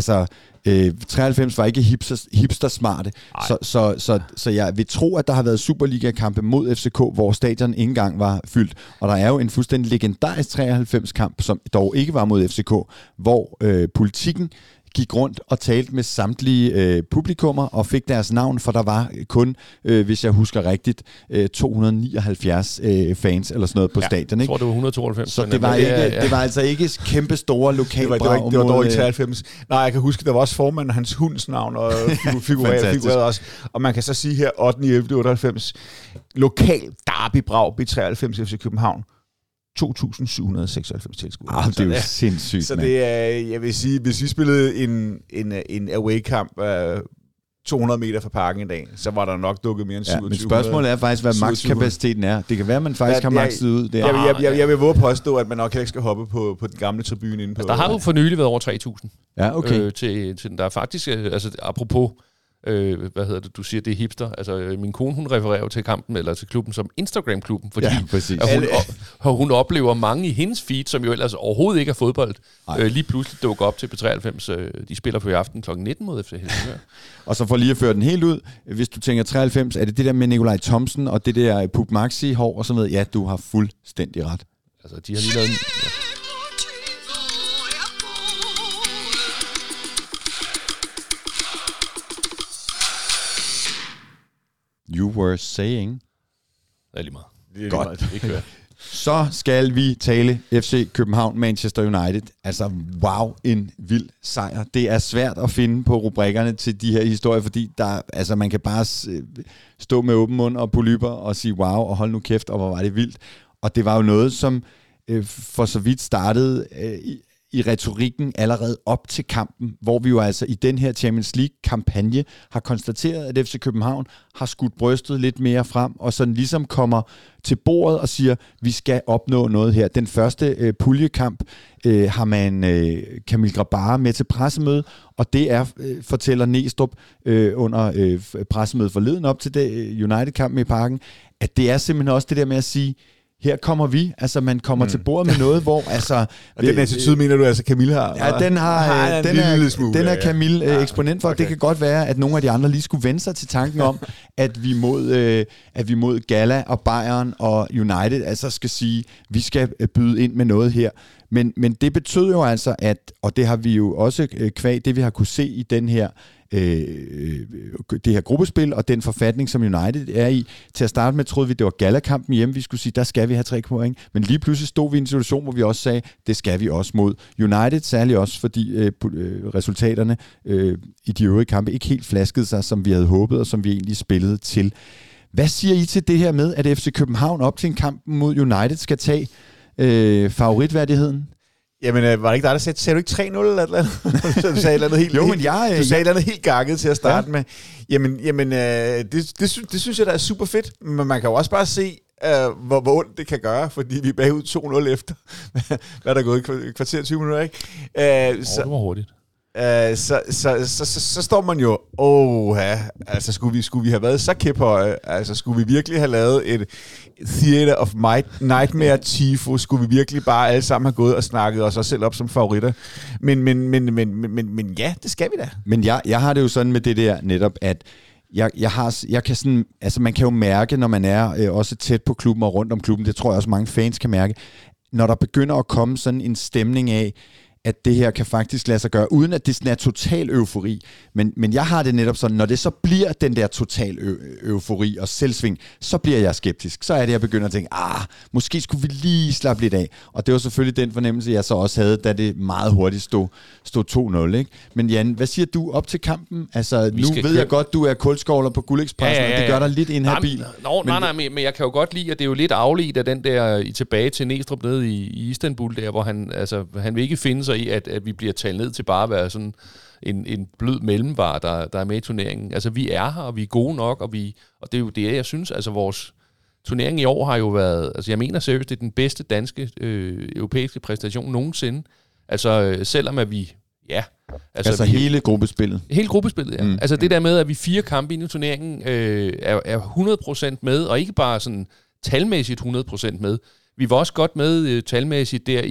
93 var ikke hipster-smarte, så jeg vil tro, at der har været Superliga-kampe mod FCK, hvor stadion ikke engang var fyldt. Og der er jo en fuldstændig legendarisk 93-kamp, som dog ikke var mod FCK, hvor Politikken gik rundt og talte med samtlige publikummer og fik deres navn, for der var kun, hvis jeg husker rigtigt, 279 fans eller sådan noget på stadion. Ikke? Jeg tror, det var 192. Så det var altså ikke kæmpe store lokalbrag. Det var dog ikke 93. Nej, jeg kan huske, der var også formanden og hans hunds navn og figurerede også. Og man kan så sige her, 8.11.98, lokal derby-brag B93 FC København. 2.796 tilskuere. Det er jo sindssygt, så det er, jeg vil sige, hvis vi spillede en away-kamp 200 meter fra parken i dag, så var der nok dukket mere end 2700. Men spørgsmålet er faktisk, hvad makskapaciteten er. Det kan være, at man faktisk har makset ud. Jeg vil våge påstå, at man nok ikke skal hoppe på den gamle tribune inde på. Altså, der har jo for nylig været over 3.000. Ja, okay. Til der er faktisk, apropos, du siger, det er hipster. Altså, min kone, hun refererer jo til kampen, eller til klubben som Instagram-klubben, fordi hun oplever mange i hendes feed, som jo ellers overhovedet ikke er fodbold, lige pludselig dukker op til B93. De spiller på i aften kl. 19 mod FC Helsingør. Og så for lige at føre den helt ud, hvis du tænker 93, er det der med Nikolaj Thomsen og det der Puk Maxi-hår og sådan noget? Ja, du har fuldstændig ret. Altså, de har lige lavet You were saying. Det er lige meget. Det er godt. Ikke så skal vi tale FC København, Manchester United. Altså, wow, en vild sejr. Det er svært at finde på rubrikkerne til de her historier, fordi man kan bare stå med åben mund og polypper og sige wow, og hold nu kæft, og hvor var det vildt. Og det var jo noget, som for så vidt startede i retorikken allerede op til kampen, hvor vi jo altså i den her Champions League-kampagne har konstateret, at FC København har skudt brystet lidt mere frem, og sådan ligesom kommer til bordet og siger, vi skal opnå noget her. Den første puljekamp har man Kamil Grabara med til pressemøde, og det er, fortæller Næstrup under pressemødet forleden op til det United-kampen i Parken, at det er simpelthen også det der med at sige, her kommer vi, altså man kommer til bordet med noget, hvor altså... Og den attitude mener du altså Kamil har? Ja, den er Kamil eksponent for. Okay. Det kan godt være, at nogle af de andre lige skulle vende sig til tanken om, at vi mod Gala og Bayern og United altså skal sige, vi skal byde ind med noget her. Men det betød jo altså, at, og det har vi jo også kvæg, det vi har kunne se i den her det her gruppespil og den forfatning, som United er i. Til at starte med troede vi, det var Gala-kampen hjemme, vi skulle sige, der skal vi have 3 point. Men lige pludselig stod vi i en situation, hvor vi også sagde, det skal vi også mod United, særligt også fordi resultaterne i de øvrige kampe ikke helt flaskede sig, som vi havde håbet, og som vi egentlig spillede til. Hvad siger I til det her med, at FC København op til en kamp mod United skal tage favoritværdigheden? Jamen, var det ikke dig, der sagde du ikke 3-0 eller et eller andet? Du sagde et eller andet helt, du sagde et eller andet helt gakket til at starte med. Jamen, det synes jeg, der er super fedt. Men man kan jo også bare se, hvor ondt det kan gøre, fordi vi er bagud 2-0 efter. Hvad er der gået? Kvarter 20 minutter, ikke? Det var hurtigt. Så står man jo, altså skulle vi have været så kæphøje, altså skulle vi virkelig have lavet et Theater of Nightmare Tifo, skulle vi virkelig bare alle sammen have gået og snakket os selv op som favoritter, men ja, det skal vi da. Men jeg har det jo sådan med det der netop, at jeg kan sådan, altså man kan jo mærke, når man er også tæt på klubben og rundt om klubben, det tror jeg også mange fans kan mærke, når der begynder at komme sådan en stemning af, at det her kan faktisk lade sig gøre, uden at det sådan er total eufori. Men jeg har det netop sådan, når det så bliver den der total eufori og selvsving, så bliver jeg skeptisk. Så er det, jeg begynder at tænke, måske skulle vi lige slappe lidt af. Og det var selvfølgelig den fornemmelse, jeg så også havde, da det meget hurtigt stod 2-0. Ikke? Men Jan, hvad siger du op til kampen? Altså, nu ved jeg godt, du er kuldskovler på Guldekspressen, og det gør dig lidt inhabil. Nej, men jeg kan jo godt lide, at det er jo lidt afledt af den der tilbage til Næstrup nede i Istanbul, der, hvor han vil ikke finde sig i, at vi bliver talt ned til bare at være sådan en blød mellemvare, der er med i turneringen. Altså, vi er her, og vi er gode nok, og det er jo det, jeg synes, altså vores turnering i år har jo været, altså jeg mener seriøst, det er den bedste danske europæiske præstation nogensinde. Altså, selvom at vi, Altså hele gruppespillet? Hele gruppespillet, ja. Altså det der med, at vi 4 kampe inde i turneringen er 100% med, og ikke bare sådan talmæssigt 100% med. Vi var også godt med talmæssigt der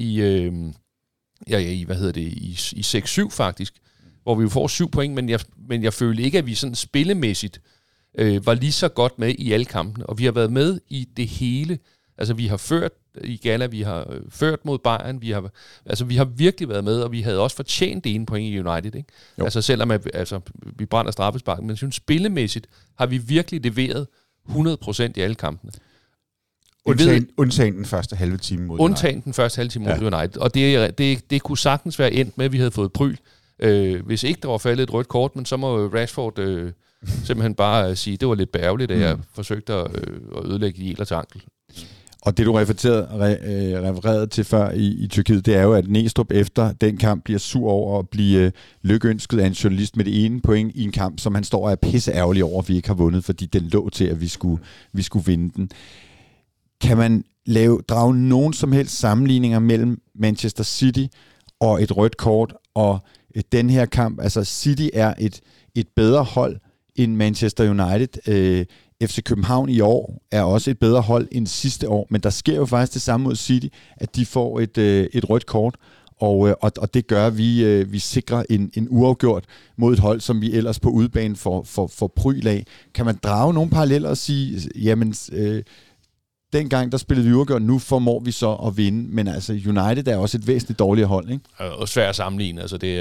i 6-7 faktisk, hvor vi jo får 7 point, men jeg følte ikke, at vi sådan spillemæssigt var lige så godt med i alle kampene, og vi har været med i det hele. Altså vi har ført i Gala, vi har ført mod Bayern, vi har virkelig været med, og vi havde også fortjent det ene point i United, ikke? Altså selvom vi brænder straffesparken, men jeg synes spillemæssigt har vi virkelig leveret 100% i alle kampene. Undtagen den første halve time mod United. Og det kunne sagtens være endt med, at vi havde fået pryl. Hvis ikke der var faldet et rødt kort, men så må Rashford simpelthen bare sige, det var lidt bærgerligt, at jeg forsøgte at ødelægge Jeler til ankel. Og det, du refererede til før i Tyrkiet, det er jo, at Næstrup efter den kamp bliver sur over at blive lykønsket af en journalist med det ene point i en kamp, som han står og er pisse ærgerlig over, at vi ikke har vundet, fordi den lå til, at vi skulle vinde den. Kan man drage nogen som helst sammenligninger mellem Manchester City og et rødt kort og den her kamp? Altså City er et bedre hold end Manchester United. FC København i år er også et bedre hold end sidste år, men der sker jo faktisk det samme mod City, at de får et rødt kort, og det gør, at vi sikrer en uafgjort mod et hold, som vi ellers på udebane får pryl af. Kan man drage nogle paralleller og sige, jamen dengang der spillede vi uafgjort, nu formår vi så at vinde, men altså United er også et væsentligt dårligere hold, ikke? Og svært at sammenligne,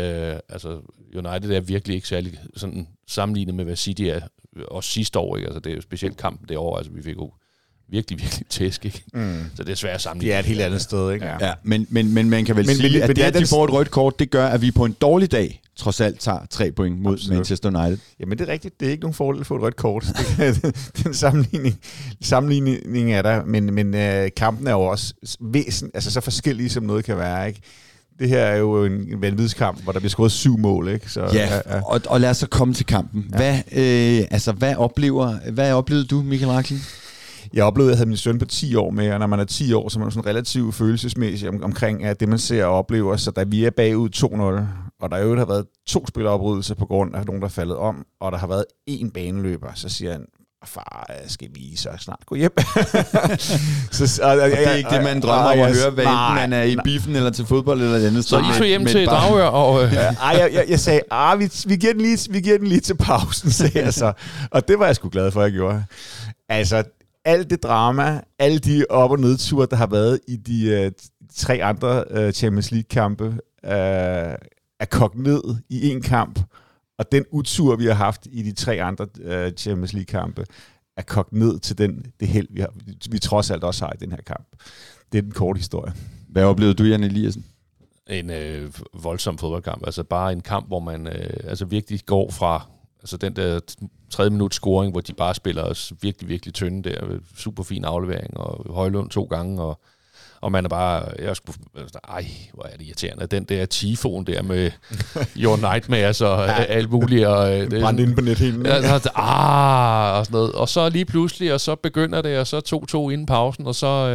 United er virkelig ikke særlig sådan sammenlignet med, hvad City er også sidste år, ikke? Altså det er jo specielt kampen det år, altså vi fik jo virkelig tæsk, ikke? Så det er svært at sammenligne. Det er et helt andet sted, ikke? Ja, men man kan vel sige, at det, at de får et rødt kort, det gør, at vi på en dårlig dag trods alt tager 3 point mod Manchester United. Jamen det er rigtigt, det er ikke nogen fordel at få et rødt kort. Den sammenligning er der, men kampen er jo også altså så forskellige, som noget kan være, ikke? Det her er jo en vanvidskamp, hvor der bliver scoret 7 mål, ikke? Så, ja. Og lad os så komme til kampen. Ja. Hvad oplevede du, Michael Rakling? Jeg oplevede, at jeg havde min søn på 10 år med, og når man er 10 år, så er man sådan relativt følelsesmæssigt omkring at det, man ser og oplever. Så da vi er bagud 2-0, og der jo har været 2 spilleroprydelser på grund af nogen, der er faldet om, og der har været 1 baneløber, så siger han, far, skal vi så snart gå hjem? Og det er ikke det, man drømmer om at høre, hvad enten man er i biffen eller til fodbold eller et andet sted. Så I tog hjem til Dragør og... Jeg sagde, vi giver den lige til pausen, sagde jeg så. Og det var jeg sgu glad for, at jeg gjorde. Altså, alt det drama, alle de op- og nedture, der har været i de 3 andre Champions League-kampe, er kogt ned i en kamp. Og den utur, vi har haft i de 3 andre Champions League-kampe, er kogt ned til det held, vi trods alt også har i den her kamp. Det er den korte historie. Hvad oplevede du, Jan Eliassen? En voldsom fodboldkamp. Altså bare en kamp, hvor man virkelig går fra Altså den der 3. minut scoring, hvor de bare spiller os virkelig, virkelig tynde der. Super fin aflevering, og Højlund 2 gange, og man er bare, hvor er det irriterende. Den der tifon der med Your Nightmares og alt muligt. Brændt ind på nethinden. Og sådan noget. Og så lige pludselig, og så begynder det, og så 2-2 inden pausen,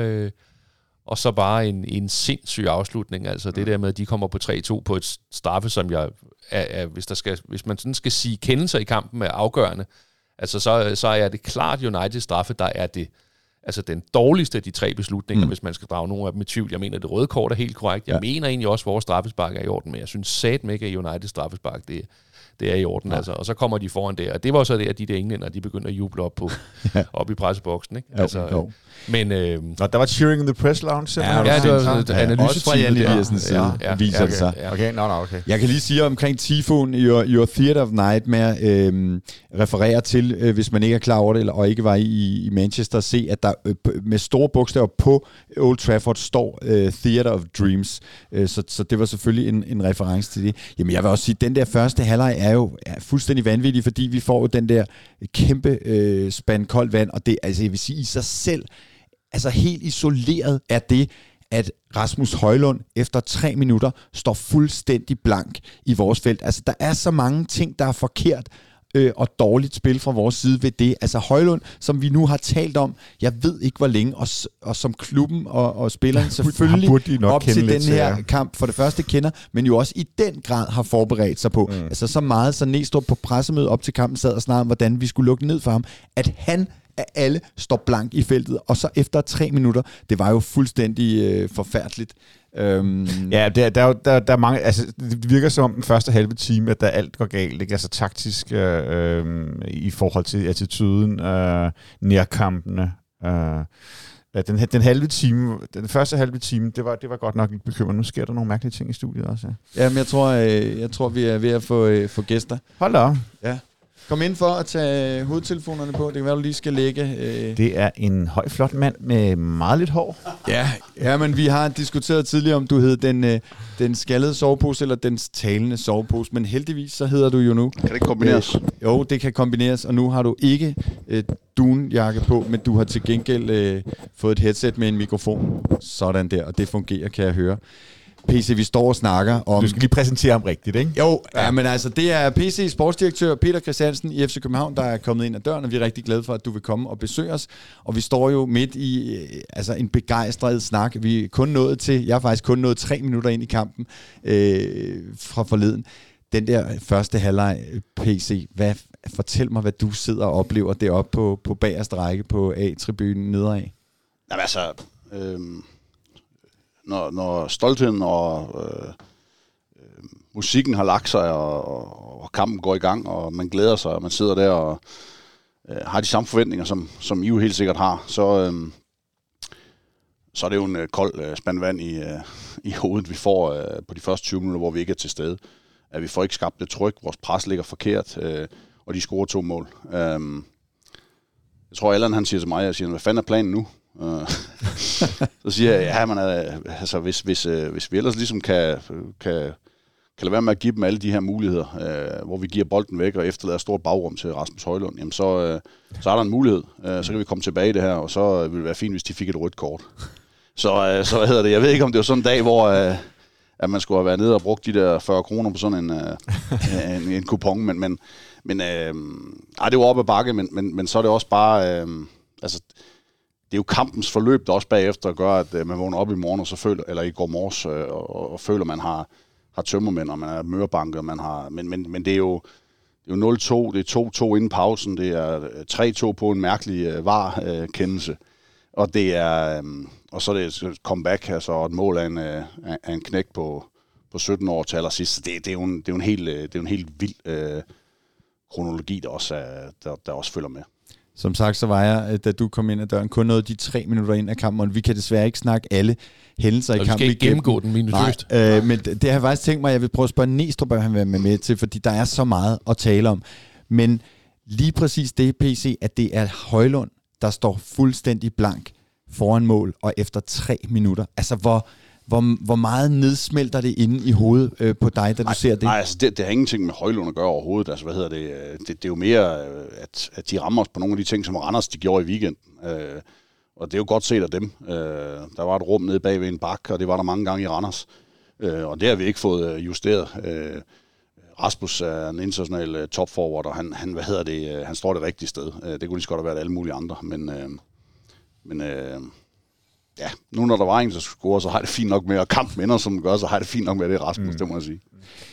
og så bare en sindssyg afslutning. Altså det der med, at de kommer på 3-2 på et straffe, som jeg hvis man sådan skal sige kendelser i kampen er afgørende, altså så er det klart United straffe, der er det altså den dårligste af de 3 beslutninger, hvis man skal drage nogle af dem i tvivl. Jeg mener, det røde kort er helt korrekt. Jeg mener egentlig også, at vores straffespark er i orden, men jeg synes satme ikke, at United straffespark, det er i orden. Altså. Og så kommer de foran der, og det var så det, at de englænder, de begynder at juble op i presseboksen. Ikke? Jo. Men, der var cheering in the press lounge. Ja, det var analyseteamet der. Viser det sig. Okay. Jeg kan lige sige omkring Tifon, Your Theatre of Nightmare, refererer til, hvis man ikke er klar over det, og ikke var i Manchester, se, at der med store bogstaver på Old Trafford står Theatre of Dreams. Så det var selvfølgelig en reference til det. Jamen, jeg vil også sige, at den der første halvleg er jo fuldstændig vanvittig, fordi vi får jo den der kæmpe spand koldt vand, og det, altså jeg vil sige, i sig selv, altså helt isoleret er det, at Rasmus Højlund efter 3 minutter står fuldstændig blank i vores felt. Altså der er så mange ting, der er forkert og dårligt spil fra vores side ved det. Altså Højlund, som vi nu har talt om, jeg ved ikke hvor længe, og som klubben og spilleren selvfølgelig op til den her kamp for det første kender, men jo også i den grad har forberedt sig på. Altså så meget, så Næstrup på pressemødet op til kampen sad og snakkede om, hvordan vi skulle lukke ned for ham, at han af alle står blank i feltet, og så efter 3 minutter, det var jo fuldstændig forfærdeligt. Ja, der er mange, altså det virker som den første halve time, at der alt går galt, ikke? Altså taktisk i forhold til attituden, nærkampene. Den første halve time, det var godt nok lidt bekymrende. Nu sker der nogle mærkelige ting i studiet også. Ja, men jeg tror vi er ved at få gæster. Hold da op. Ja. Kom ind for at tage hovedtelefonerne på. Det kan være, du lige skal lægge. Det er en høj, flot mand med meget lidt hår. Ja, men vi har diskuteret tidligere, om du hed den skaldede sovepose eller den talende sovepose. Men heldigvis, så hedder du jo nu. Kan det kombineres? Jo, det kan kombineres. Og nu har du ikke dunjakke på, men du har til gengæld fået et headset med en mikrofon. Sådan der, og det fungerer, kan jeg høre. PC, vi står og snakker om... Du skal lige præsentere ham rigtigt, ikke? Jo, ja, men altså, det er PC sportsdirektør Peter Christiansen i FC København, der er kommet ind ad døren, og vi er rigtig glade for, at du vil komme og besøge os. Og vi står jo midt i en begejstret snak. Jeg har faktisk kun nået 3 minutter ind i kampen fra forleden. Den der første halvleg, PC, fortæl mig, hvad du sidder og oplever deroppe på bagerste række på A-tribunen nedad. Jamen altså... Når stoltheden og musikken har lagt sig, og kampen går i gang, og man glæder sig, og man sidder der og har de samme forventninger, som I jo helt sikkert har, så er det jo en kold spand vand i hovedet, vi får på de første 20 minutter, hvor vi ikke er til stede. At vi får ikke skabt det tryk, vores pres ligger forkert, og de scorer 2 mål. Jeg tror, Allan han siger til mig, hvad fanden er planen nu? Så siger jeg, ja, man altså, hvis vi ellers ligesom kan lade være med at give dem alle de her muligheder, hvor vi giver bolden væk og efterlader stort bagrum til Rasmus Højlund, jamen så er der en mulighed. Så kan vi komme tilbage i det her, og så ville det være fint, hvis de fik et rødt kort. Så hvad hedder det? Jeg ved ikke, om det var sådan en dag, hvor at man skulle have været nede og brugt de der 40 kroner på sådan en kupon, men det var op ad bakke, men så er det også bare, altså, det er jo kampens forløb, der også bagefter gør, at man vågner op i morgen, og så føler, eller i går morges, og føler, man har tømmermænd, og man er mørebanker, men det er jo 0-2, det er 2-2 inden pausen, det er 3-2 på en mærkelig VAR-kendelse, og det er, og så er det et comeback, altså et mål af en knæk på 17 år til allersidst. Det er jo en helt vild kronologi, der også følger med. Som sagt, så var jeg, da du kom ind ad døren, kun nåede de 3 minutter ind af kampen, og vi kan desværre ikke snakke alle hændelser i kampen. Vi skal ikke gennemgå den minutøst. Men det har jeg faktisk tænkt mig, jeg vil prøve at spørge Næstrup, han vil være med til, fordi der er så meget at tale om. Men lige præcis det, PC, at det er Højlund, der står fuldstændig blank foran mål, og efter 3 minutter. Altså, hvor meget nedsmelter det inde i hovedet på dig, da du ser det? Nej, altså det har ingenting med Højlund at gøre overhovedet. Altså, det er jo mere, at de rammer os på nogle af de ting, som Randers de gjorde i weekenden. Og det er jo godt set af dem. Der var et rum nede bag ved en bakke, og det var der mange gange i Randers. Og det har vi ikke fået justeret. Rasmus er en international topforward, og han står det rigtige sted. Det kunne lige så godt have været alle mulige andre, men ja, nu når der var en, der skulle score, så har det fint nok med, og kampen ender, som den gør, så har det fint nok med det Rasmus, det må jeg sige.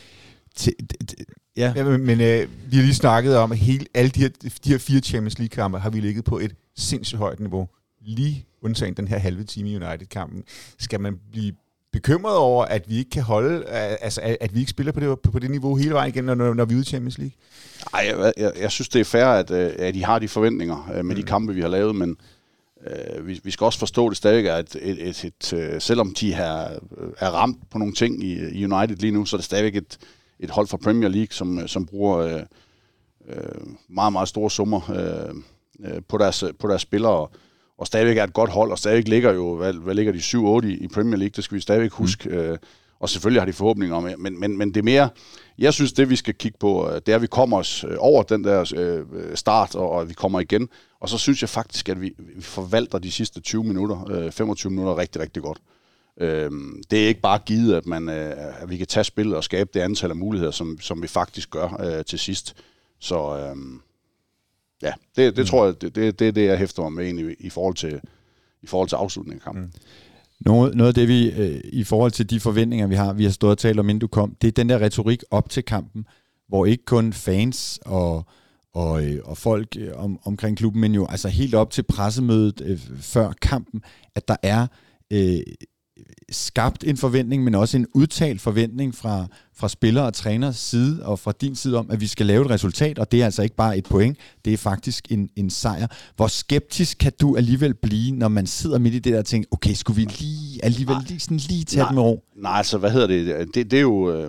Ja, men vi har lige snakket om, at alle de her 4 Champions League-kampe har vi ligget på et sindssygt højt niveau. Lige undtagen den her halve time i United-kampen. Skal man blive bekymret over, at vi ikke kan holde, altså at vi ikke spiller på det niveau hele vejen igen, når vi er ude i Champions League? Nej, jeg synes, det er fair, at de har de forventninger med de kampe, vi har lavet, men vi skal også forstå, det stadig er et selvom de er ramt på nogle ting i United lige nu, så er det stadigvæk et hold fra Premier League, som bruger meget, meget store summer på deres spillere, og stadigvæk er et godt hold, og stadigvæk ligger jo, hvad ligger de 7-8 i Premier League, det skal vi stadigvæk huske, og selvfølgelig har de forhåbninger om, men det er mere, jeg synes, det vi skal kigge på, det er, at vi kommer os over den der start, og at vi kommer igen, og så synes jeg faktisk, at vi forvalter de sidste 20 minutter, 25 minutter rigtig, rigtig godt. Det er ikke bare givet, at vi kan tage spillet og skabe det antal af muligheder, som vi faktisk gør til sidst. Så ja, det tror jeg, det er det, jeg hæfter mig med egentlig i forhold til afslutningen af kampen. Noget af det, vi i forhold til de forventninger, vi har stået og talt om, inden du kom, det er den der retorik op til kampen, hvor ikke kun fans og folk omkring klubben, men jo altså helt op til pressemødet før kampen, at der er skabt en forventning, men også en udtalt forventning fra spillere og træners side, og fra din side om, at vi skal lave et resultat, og det er altså ikke bare et point, det er faktisk en sejr. Hvor skeptisk kan du alligevel blive, når man sidder midt i det der og tænker, okay, skulle vi lige tage det med ro? Nej, altså, det er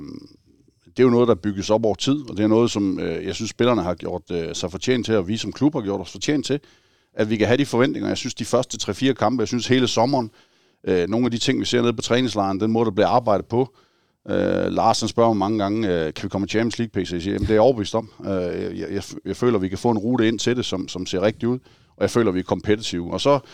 jo noget, der bygges op over tid, og det er noget, som jeg synes, spillerne har gjort sig fortjent til, og vi som klub har gjort os fortjent til, at vi kan have de forventninger. Jeg synes, de første 3-4 kampe, jeg synes hele sommeren, nogle af de ting, vi ser nede på træningslejren, den måde, der bliver arbejdet på. Larsen spørger mig mange gange, kan vi komme i Champions League, PC? Jeg siger, jamen, det er jeg overbevist om. Jeg føler, vi kan få en rute ind til det, som ser rigtigt ud, og jeg føler, vi er kompetitive. Og så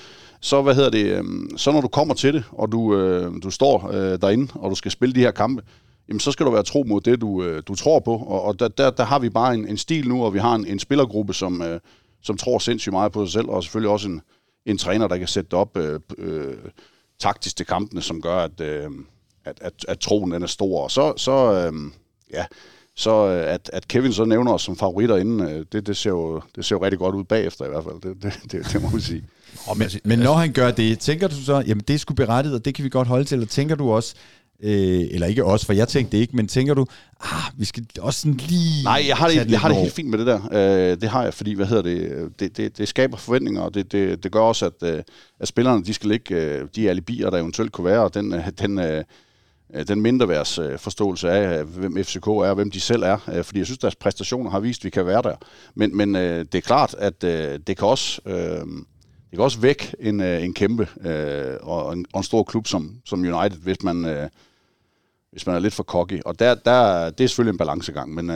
når du kommer til det, og du står derinde, og du skal spille de her kampe, jamen, så skal du være tro mod det, du tror på. Og der har vi bare en stil nu, og vi har en spillergruppe, som tror sindssygt meget på sig selv, og selvfølgelig også en træner, der kan sætte det op taktisk til kampene, som gør, at troen den er stor. Og så at Kevin så nævner os som favoritter inden, det ser jo rigtig godt ud bagefter i hvert fald. Det må vi sige. Men når han gør det, tænker du så, jamen det er sgu berettiget, og det kan vi godt holde til, eller tænker du også, eller ikke også, for jeg tænkte det ikke, men tænker du, vi skal også sådan lige... Nej, jeg har det helt fint med det der. Det har jeg, fordi, det skaber forventninger, og det gør også, at spillerne, de skal ligge de alibier, der eventuelt kunne være, og den mindreværdsforståelse af, hvem FCK er, og hvem de selv er, fordi jeg synes, deres præstationer har vist, at vi kan være der. Men det er klart, at det kan også vække en kæmpe og en stor klub som United, hvis man er lidt for cocky. Og det er selvfølgelig en balancegang, men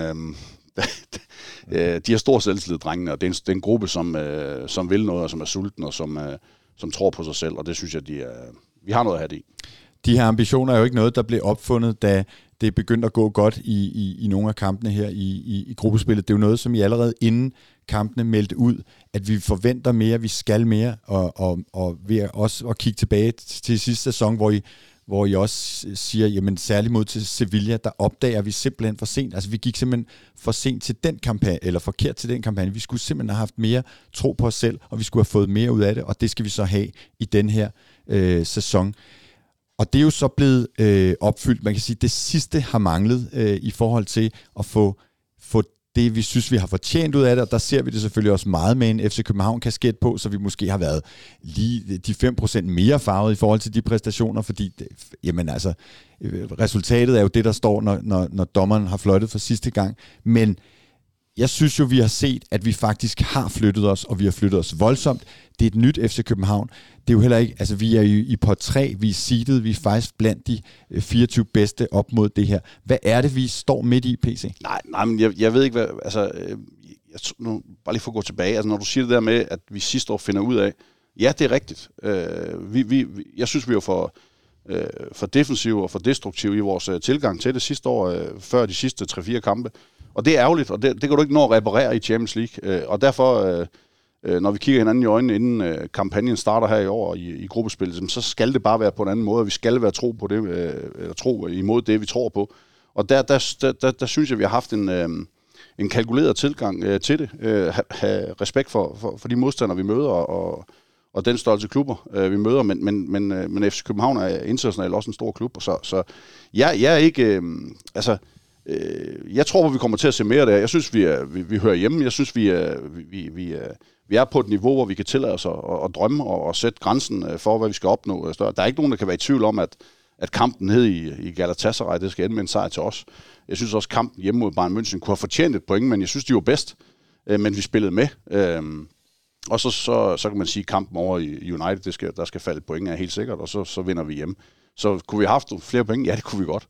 de har stor selvtillid, drengene, og det er en gruppe, som vil noget, og som er sulten, og som tror på sig selv, og det synes jeg, vi har noget at have det i. De her ambitioner er jo ikke noget, der blev opfundet, da det begyndte at gå godt i nogle af kampene her i gruppespillet. Det er jo noget, som I allerede inden kampene meldte ud, at vi forventer mere, vi skal mere, og ved også at kigge tilbage til sidste sæson, hvor I også siger, jamen særligt mod til Sevilla, der opdager vi simpelthen for sent. Altså vi gik simpelthen for sent til den kampagne, eller forkert til den kampagne. Vi skulle simpelthen have haft mere tro på os selv, og vi skulle have fået mere ud af det, og det skal vi så have i den her sæson. Og det er jo så blevet opfyldt. Man kan sige, at det sidste har manglet i forhold til at få det, vi synes, vi har fortjent ud af det. Og der ser vi det selvfølgelig også meget med en FC København-kasket på, så vi måske har været lige de 5% mere farvet i forhold til de præstationer, fordi resultatet er jo det, der står, når dommeren har fløjtet for sidste gang. Men jeg synes jo, vi har set, at vi faktisk har flyttet os, og vi har flyttet os voldsomt. Det er et nyt FC København. Det er jo heller ikke, altså vi er i pot 3, vi er seedet, vi er faktisk blandt de 24 bedste op mod det her. Hvad er det, vi står midt i, PC? Nej, men jeg ved ikke, hvad, altså, nu, bare lige for at gå tilbage, altså når du siger det der med, at vi sidste år finder ud af, ja, det er rigtigt. Jeg synes, vi var for defensive og for destruktive i vores tilgang til det sidste år, før de sidste 3-4 kampe. Og det er ærgerligt, og det kan du ikke nå at reparere i Champions League. Og derfor, når vi kigger hinanden i øjnene, inden kampagnen starter her i år i gruppespillet, så skal det bare være på en anden måde. Vi skal være tro på det, eller tro imod det, vi tror på. Og der synes jeg, vi har haft en kalkuleret tilgang til det. Have respekt for de modstandere, vi møder, og den størrelse klubber, vi møder. Men FC København er internationalt også en stor klub. Så jeg er ikke... jeg tror, vi kommer til at se mere der. Jeg synes, vi hører hjemme. Jeg synes, vi er på et niveau, hvor vi kan tillade os at drømme og sætte grænsen for, hvad vi skal opnå. Der er ikke nogen, der kan være i tvivl om, at kampen ned i Galatasaray, det skal ende med en sejr til os. Jeg synes også, kampen hjemme mod Bayern München kunne have fortjent et point, men jeg synes, de var bedst. Men vi spillede med. Og så kan man sige, at kampen over i United, der skal falde et point, er helt sikkert, og så vinder vi hjemme. Så kunne vi have haft flere point? Ja, det kunne vi godt.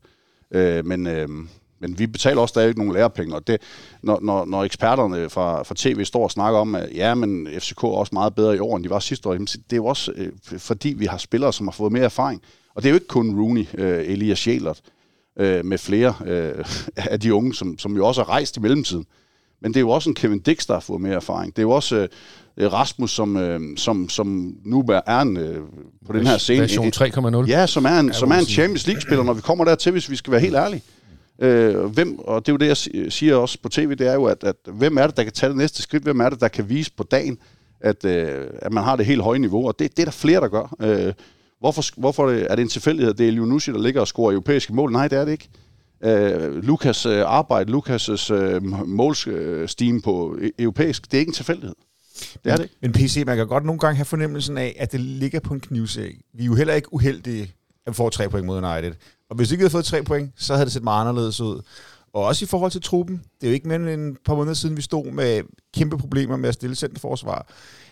Men vi betaler også stadig nogle lærepenge, og det, når eksperterne fra TV står og snakker om, at ja, men FCK er også meget bedre i år, end de var sidste år, det er jo også fordi, vi har spillere, som har fået mere erfaring. Og det er jo ikke kun Rooney, Elias Schälert, med flere af de unge, som jo også har rejst i mellemtiden. Men det er jo også en Kevin Dix, der har fået mere erfaring. Det er jo også Rasmus, som nu er en på den her scene. Version 3.0. Ja, som er en Champions League-spiller, når vi kommer dertil, hvis vi skal være helt ærlige. Og det er jo det, jeg siger også på tv, det er jo, at hvem er det, der kan tage det næste skridt? Hvem er det, der kan vise på dagen, at man har det helt høje niveau? Og det er der flere, der gør. Hvorfor er det en tilfældighed, at det er Elyounoussi, der ligger og scorer europæiske mål? Nej, det er det ikke. Lukas' arbejde, Lukas' målsteam på europæisk, det er ikke en tilfældighed. Det er det ikke. Men PC, man kan godt nogle gange have fornemmelsen af, at det ligger på en knivsæg. Vi er jo heller ikke uheldige, at vi får 3 point mod United. Og hvis vi ikke havde fået 3 point, så havde det set meget anderledes ud. Og også i forhold til truppen. Det er jo ikke mere end et par måneder siden, vi stod med kæmpe problemer med at stille centerforsvar.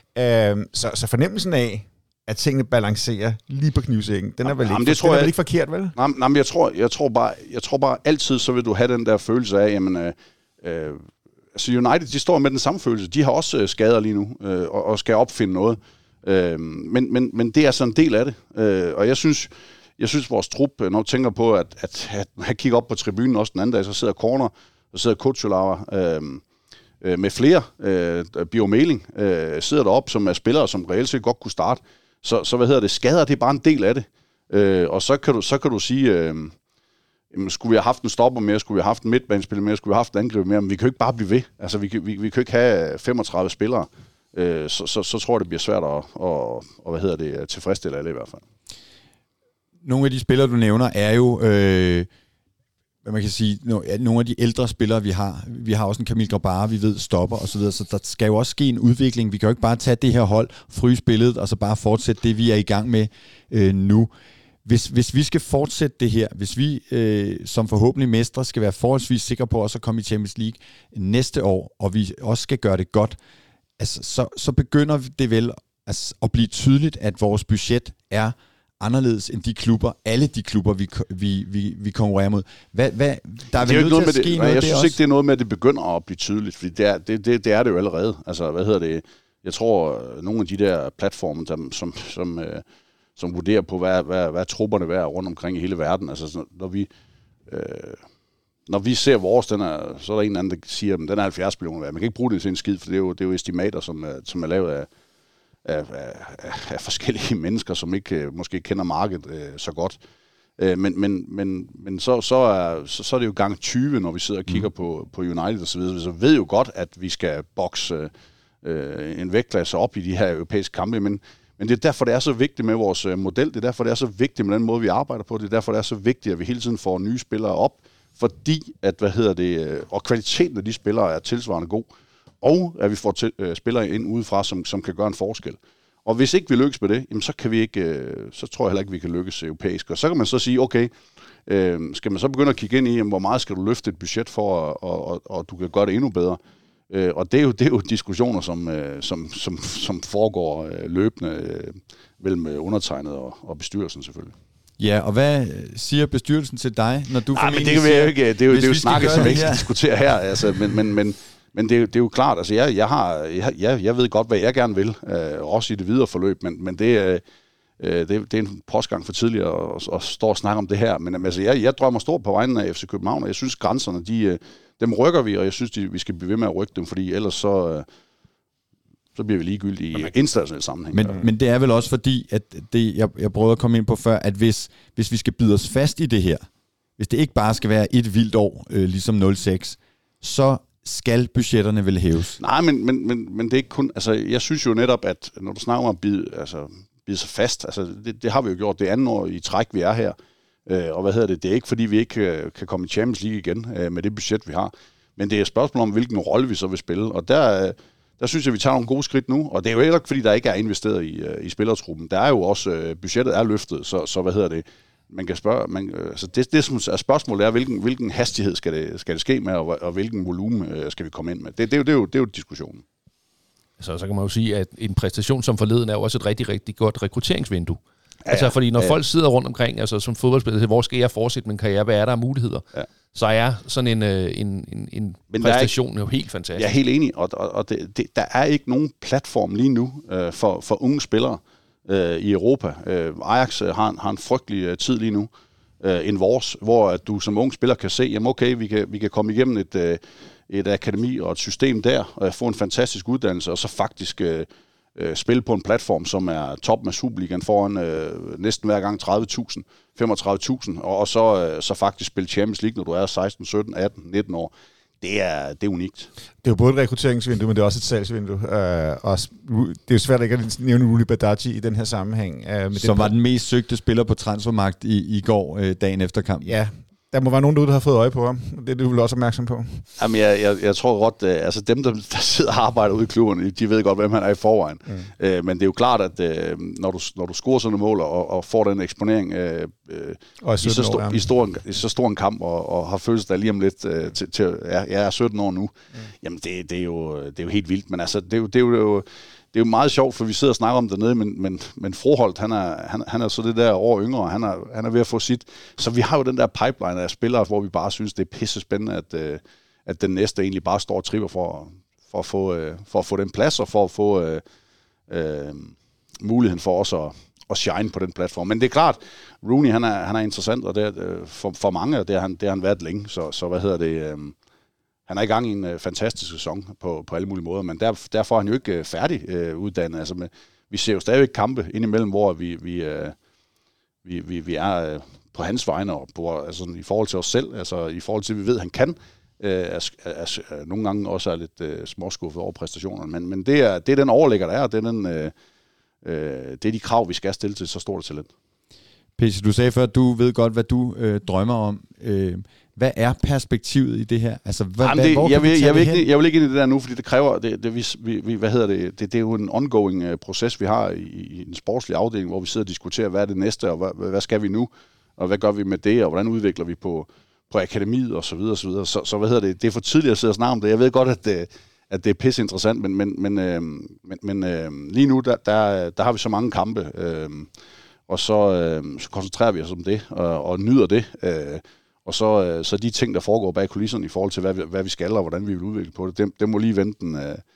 Så fornemmelsen af, at tingene balancerer lige på knivsækken, den er vel ikke, det tror jeg, ikke forkert, vel? Nej, men jeg tror bare altid, så vil du have den der følelse af, jamen, altså United, de står med den samme følelse. De har også skader lige nu, og skal opfinde noget. Men det er sådan en del af det. Og jeg synes vores trup, når du tænker på, at jeg kigger op på tribunen også den anden dag, så sidder Corner, så sidder Kutsulava med flere, Biomeling, sidder deroppe, som er spillere, som reelt set godt kunne starte. Så skader, det er bare en del af det. Og så kan du sige, skulle vi have haft en stopper mere, skulle vi have haft en midtbanespiller mere, skulle vi have haft en angriber mere, men vi kan jo ikke bare blive ved. Altså, vi kan jo ikke have 35 spillere. Så tror jeg, det bliver svært at tilfredsstille alle i hvert fald. Nogle af de spillere, du nævner, er jo, hvad man kan sige, nogle af de ældre spillere, vi har. Vi har også en Kamil Grabara, vi ved, stopper og så videre, så der skal jo også ske en udvikling. Vi kan jo ikke bare tage det her hold, fryse billedet, og så bare fortsætte det, vi er i gang med nu. Hvis vi skal fortsætte det her, hvis vi som forhåbentlig mestre skal være forholdsvis sikre på også at komme i Champions League næste år, og vi også skal gøre det godt, altså, så begynder det vel at blive tydeligt, at vores budget er anderledes end de klubber, alle de klubber, vi konkurrerer mod. Der er vel nødt til at ske noget. Jeg synes ikke, det er noget med, at det begynder at blive tydeligt, fordi det er det jo allerede. Altså, jeg tror, nogle af de der platforme, som vurderer på, hvad trupperne er rundt omkring i hele verden, altså, når vi ser vores, så er der en anden, der siger, at den er 70 millioner værd. Man kan ikke bruge det til en skid, for det er jo estimater, som er lavet af forskellige mennesker, som ikke måske kender markedet så godt. Men så er det jo gang 20, når vi sidder og kigger på United og så videre. Så ved jo godt, at vi skal bokse en vægtklasse op i de her europæiske kampe, men det er derfor, det er så vigtigt med vores model. Det er derfor, det er så vigtigt med den måde, vi arbejder på. Det er derfor, det er så vigtigt, at vi hele tiden får nye spillere op, fordi at, og kvaliteten af de spillere er tilsvarende god, og at vi får spillere ind udefra, som kan gøre en forskel. Og hvis ikke vi lykkes med det, jamen, så kan vi ikke, så tror jeg heller ikke, vi kan lykkes europæisk. Og så kan man så sige, okay, skal man så begynde at kigge ind i, hvor meget skal du løfte et budget for, og du kan gøre det endnu bedre. Og det er jo diskussioner, som foregår løbende mellem undertegnet og bestyrelsen selvfølgelig. Ja, og hvad siger bestyrelsen til dig, når du formentlig siger... Det er jo ikke, det er jo snakke, som vi ikke skal diskutere her, altså, men det er jo klart, altså jeg ved godt, hvad jeg gerne vil, også i det videre forløb, men det er en postgang for tidligt at stå og snakke om det her, men altså, jeg drømmer stort på vegne af FC København, og jeg synes grænserne, dem rykker vi, og jeg synes, vi skal blive ved med at rykke dem, fordi ellers så bliver vi ligegyldige i international sammenhæng. Men det er vel også fordi, at det, jeg prøvede at komme ind på før, at hvis vi skal bide os fast i det her, hvis det ikke bare skal være et vildt år, ligesom 06, så skal budgetterne vel hæves? Nej, men det er ikke kun... Altså, jeg synes jo netop, at når du snakker om at bide sig fast, altså, det har vi jo gjort det andet år i træk, vi er her. Og det er ikke, fordi vi ikke kan komme i Champions League igen med det budget, vi har. Men det er et spørgsmål om, hvilken rolle vi så vil spille. Og der synes jeg, vi tager nogle gode skridt nu. Og det er jo heller ikke, fordi der ikke er investeret i spillertruppen. Der er jo også... budgettet er løftet, så man kan spørge... altså det som er spørgsmålet er, hvilken hastighed skal det ske med, og hvilken volumen skal vi komme ind med. Det er jo diskussionen. Så kan man jo sige, at en præstation som forleden er jo også et rigtig, rigtig godt rekrutteringsvindue. Ja, altså fordi når folk sidder rundt omkring, altså som fodboldspiller, hvor skal jeg fortsætte min karriere, hvad er der af muligheder? Ja. Så er sådan en præstation jo helt fantastisk. Jeg er helt enig, og der er ikke nogen platform lige nu for unge spillere i Europa. Ajax har en frygtelig tid lige nu end vores, hvor du som ung spiller kan se, jamen okay, vi kan komme igennem et akademi og et system der, og få en fantastisk uddannelse, og så faktisk spille på en platform, som er top med Superligaen foran næsten hver gang 30.000, 35.000, og så faktisk spille Champions League, når du er 16, 17, 18, 19 år. Det er unikt. Det er jo både et rekrutteringsvindue, men det er også et salgsvindue. Og det er jo svært ikke at nævne Rudi Badaji i den her sammenhæng. Som var den mest søgte spiller på Transfermarkt i går, dagen efter kampen. Ja, der må være nogen derude, der har fået øje på ham. Det er du vel også opmærksom på. Jamen, jeg tror godt, altså dem, der sidder og arbejder ude i klubberne, de ved godt, hvem han er i forvejen. Men det er jo klart, at når du scorer sådan et mål og får den eksponering i så stor en kamp, og har følelsen af lige om lidt til jeg er 17 år nu, jamen det er jo helt vildt. Men altså, det er jo meget sjovt, for vi sidder og snakker om det nede, men Froholt, han er så det der år yngre, og han er ved at få sit. Så vi har jo den der pipeline af spillere, hvor vi bare synes, det er pisse spændende, at den næste egentlig bare står og tripper for at få den plads, og for at få muligheden for os at shine på den platform. Men det er klart, Rooney, han er interessant, og det er, for mange, og det har han været længe, så han er i gang i en fantastisk sæson på alle mulige måder, men derfor er han jo ikke færdig uddannet. Altså vi ser jo stadigvæk kampe indimellem, hvor vi er på hans vegne, og altså, i forhold til os selv, altså i forhold til, at vi ved, at han kan, nogle gange også er lidt småskuffet over præstationerne, men det er den overlægger, der er, og det er de krav, vi skal stille til så stort talent. PC, du sagde før, at du ved godt, hvad du drømmer om. Hvad er perspektivet i det her? Altså, jeg vil ikke ind i det der nu, fordi det kræver, det er jo en ongoing proces, vi har i en sportslig afdeling, hvor vi sidder og diskuterer, hvad er det næste, og hvad skal vi nu, og hvad gør vi med det, og hvordan udvikler vi på akademiet, og så videre, så videre. Så det er for tidligt at sidde og snakke om det. Jeg ved godt, at det er pisse interessant, men lige nu, der har vi så mange kampe, og så koncentrerer vi os om det, og nyder det, og så de ting, der foregår bag kulisserne i forhold til, hvad vi skal, og hvordan vi vil udvikle på det, det må lige vente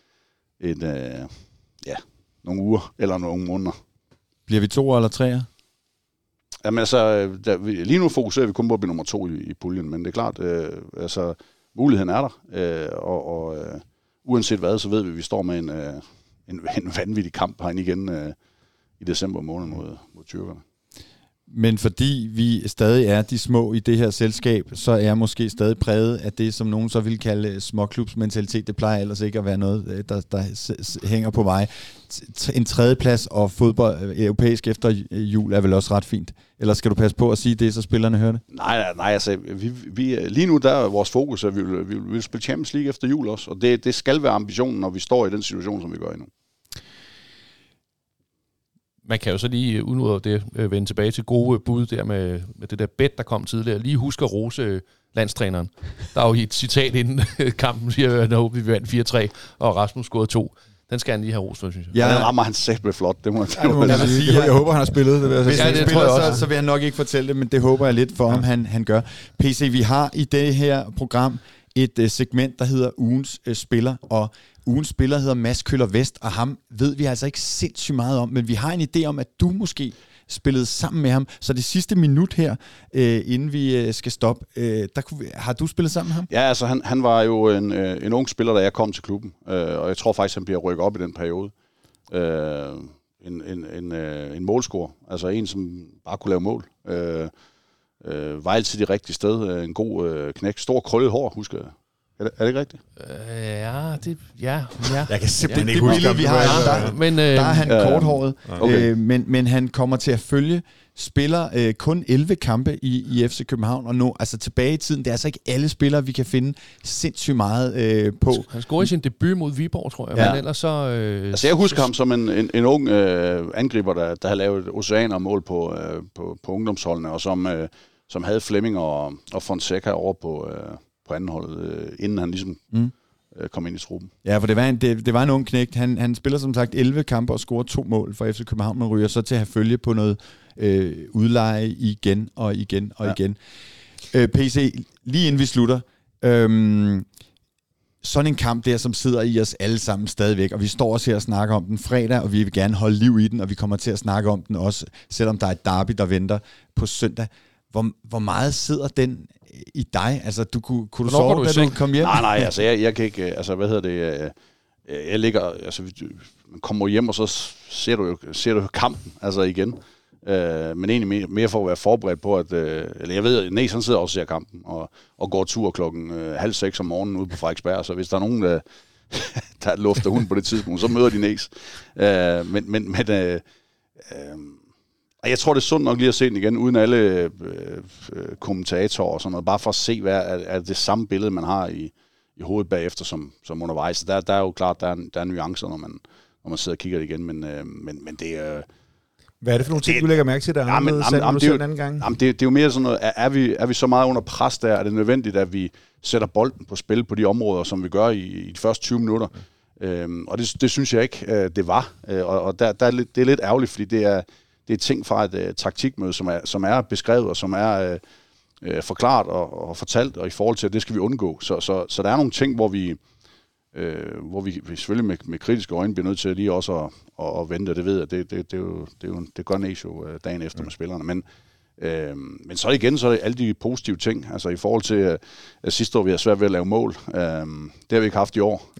nogle uger eller nogle måneder. Bliver vi 2 eller 3? Jamen altså, lige nu fokuserer vi kun på at blive nummer 2 i puljen, men det er klart, muligheden er der, og uanset hvad, så ved vi, at vi står med en vanvittig kamp herinde igen i december måned mod tyrkerne. Men fordi vi stadig er de små i det her selskab, så er jeg måske stadig præget af det, som nogen så vil kalde småklubsmentalitet. Det plejer ellers ikke at være noget, der hænger på mig. En tredjeplads og fodbold europæisk efter jul er vel også ret fint. Eller skal du passe på at sige det, så spillerne hører det? Nej, altså, vi lige nu der er vores fokus, at vi vil spille Champions League efter jul også. Og det skal være ambitionen, når vi står i den situation, som vi gør endnu. Man kan jo så lige, uden ud af det, vende tilbage til gode bud der med det der bet, der kom tidligere. Lige husk at rose landstræneren. Der er jo et citat inden kampen, siger at vi vandt 4-3, og Rasmus scorede 2. Den skal han lige have ros for, synes jeg. Ja, den rammer han sæt med flot. Det må jeg sige. Jeg håber, han har spillet det. Hvis han spiller, så vil jeg nok ikke fortælle det, men det håber jeg lidt for, om han gør. PC, vi har i det her program et segment, der hedder Ugens Spiller, og ugens spiller hedder Mads Køller Vest, og ham ved vi altså ikke sindssygt meget om, men vi har en idé om, at du måske spillede sammen med ham. Så det sidste minut her, inden vi skal stoppe, har du spillet sammen med ham? Ja, altså han var jo en ung spiller, da jeg kom til klubben, og jeg tror faktisk, han bliver rykket op i den periode. En målscorer, altså en, som bare kunne lave mål. Var altid det rigtige sted. En god knæk. Stor krøllet hår, husker jeg. Er det ikke rigtigt? Ja. Jeg kan simpelthen ikke huske, vi har der er han korthåret, okay. men han kommer til at følge spiller kun 11 kampe i FC København, og nu altså tilbage i tiden. Det er altså ikke alle spillere, vi kan finde sindssygt meget på. Han scorede sin debut mod Viborg, tror jeg, men ellers så... Altså jeg husker ham som en ung angriber, der havde lavet oceanermål på ungdomsholdene, og som havde Flemming og Fonseca over på andenholdet, inden han ligesom kom ind i truppen. Ja, for det var en ung knægt. Han spiller som sagt 11 kampe og scorer 2 mål for FC København, men ryger så til at have følge på noget udleje igen og igen. PC, lige inden vi slutter, sådan en kamp der, som sidder i os alle sammen stadigvæk, og vi står også her og snakker om den fredag, og vi vil gerne holde liv i den, og vi kommer til at snakke om den også, selvom der er et derby, der venter på søndag. Hvor meget sidder den i dig? Altså, kunne du sove, da du kom hjem? Nej, altså, jeg kan ikke, altså, jeg ligger, altså, man kommer hjem, og så ser du kampen, altså igen. Men egentlig mere for at være forberedt på, at, eller jeg ved, at Næs, han sidder også og ser kampen, og går tur 5:30 om morgenen ude på Frederiksberg, så hvis der er nogen, der lufter hunden på det tidspunkt, så møder de Næs. Jeg tror, det er sundt nok lige at se den igen, uden alle kommentatorer og sådan noget, bare for at se, hvad er det samme billede, man har i hovedet bagefter som undervejs. Der er jo klart, der er nuancer, når man sidder og kigger det igen, men det er... Hvad er det for nogle ting, du lægger mærke til, der er en anden gang? Jamen, det er jo mere sådan noget, er vi så meget under pres der, er det nødvendigt, at vi sætter bolden på spil på de områder, som vi gør i de første 20 minutter? Og det synes jeg ikke, det var. Og det er lidt ærgerligt, fordi det er ting fra et taktikmøde, som er beskrevet, og som er forklaret og fortalt, og i forhold til, at det skal vi undgå. Så der er nogle ting, hvor vi selvfølgelig med kritiske øjne bliver nødt til lige også at vente, og det ved jeg, det gør Næs jo dagen efter med spillerne. Men så igen, så er det alle de positive ting, altså i forhold til at sidste år, vi har svært ved at lave mål. Det har vi ikke haft i år.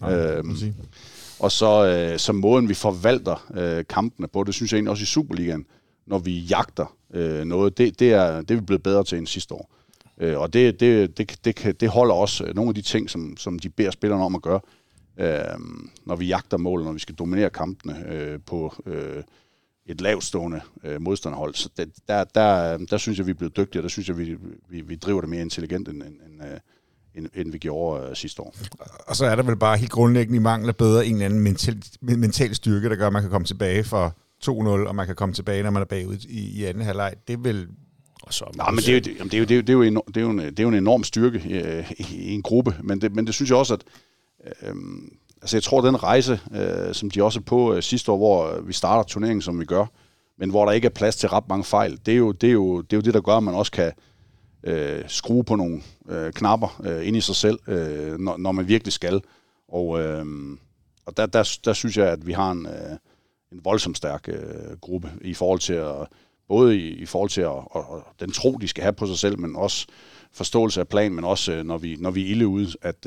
Og så måden, vi forvalter kampene på, det synes jeg egentlig også i Superligaen, når vi jagter noget, det er vi blevet bedre til end sidste år. Og det holder også nogle af de ting, som de beder spillerne om at gøre, når vi jagter mål, når vi skal dominere kampene på et lavtstående modstanderhold. Så der synes jeg, vi er blevet dygtige, og der synes jeg, vi driver det mere intelligent, end vi gjorde sidste år. Og så er der vel bare helt grundlæggende i mangel af bedre en eller anden mental styrke, der gør, at man kan komme tilbage for 2-0, og man kan komme tilbage, når man er bagud i anden halvleg. Det er vel... Nej, men det er jo en enorm styrke i en gruppe, men det synes jeg også, at altså jeg tror, den rejse, som de også er på sidste år, hvor vi starter turneringen, som vi gør, men hvor der ikke er plads til ret mange fejl, det er jo det, der gør, at man også kan skrue på nogle knapper ind i sig selv, når man virkelig skal. Og der synes jeg, at vi har en voldsomt stærk gruppe i forhold til at både i forhold til at den tro, de skal have på sig selv, men også forståelse af planen, men også når vi er ilde ude, at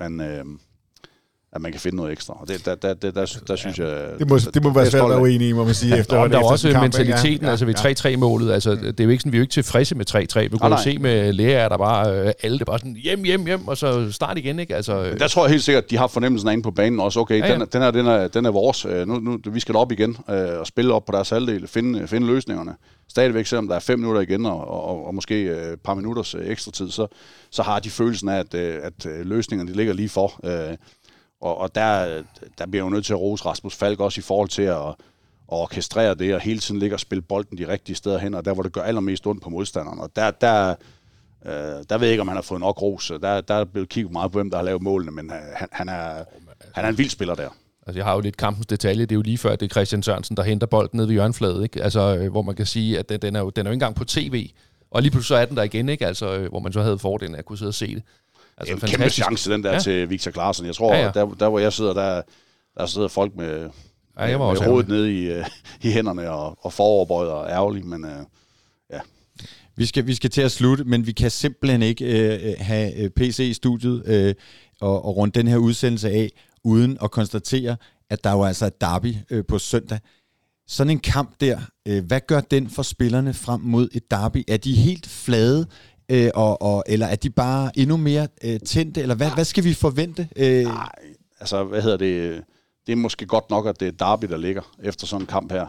man kan finde noget ekstra. Og der synes jeg... Det må være svært at være uenig i, må man sige. Efter der er også mentaliteten, altså ved 3-3-målet. Altså, det er jo ikke sådan, vi er jo ikke tilfredse med 3-3. Vi kunne se med Lea, der bare alle det bare sådan hjem, og så start igen, ikke? Altså, der tror jeg helt sikkert, at de har fornemmelsen inde på banen også. Okay, den er vores. Nu vi skal op igen og spille op på deres halvdel, finde løsningerne. Stadigvæk, selvom der er 5 minutter igen, og måske et par minutters ekstra tid, så har de følelsen af, at løsningerne de ligger lige for. Og der bliver jo nødt til at rose Rasmus Falk også i forhold til orkestrere det, og hele tiden ligge og spille bolden de rigtige steder hen, og der, hvor det gør allermest ondt på modstanderen. Og der ved jeg ikke, om han har fået nok ros. Der er blevet kigget meget på, hvem der har lavet målene, men han er en vild spiller der. Altså, jeg har jo lidt kampens detalje. Det er jo lige før, det er Christian Sørensen, der henter bolden ned ved hjørnefladet, ikke? Altså, hvor man kan sige, at den er jo ikke engang på tv, og lige pludselig så er den der igen, ikke? Altså, hvor man så havde fordelen af at kunne sidde og se det. Altså, en kæmpe chance, den der til Victor Claesson. Jeg tror, der hvor jeg sidder, der sidder folk med hovedet nede i hænderne og foroverbøjet og ærgerligt, men ja. Vi skal til at slutte, men vi kan simpelthen ikke have PC i studiet og runde den her udsendelse af, uden at konstatere, at der jo altså er derby på søndag. Sådan en kamp der, hvad gør den for spillerne frem mod et derby? Er de helt flade, eller er de bare endnu mere tændte, eller hvad skal vi forvente? Nej, altså, det er måske godt nok, at det er derby, der ligger efter sådan en kamp her.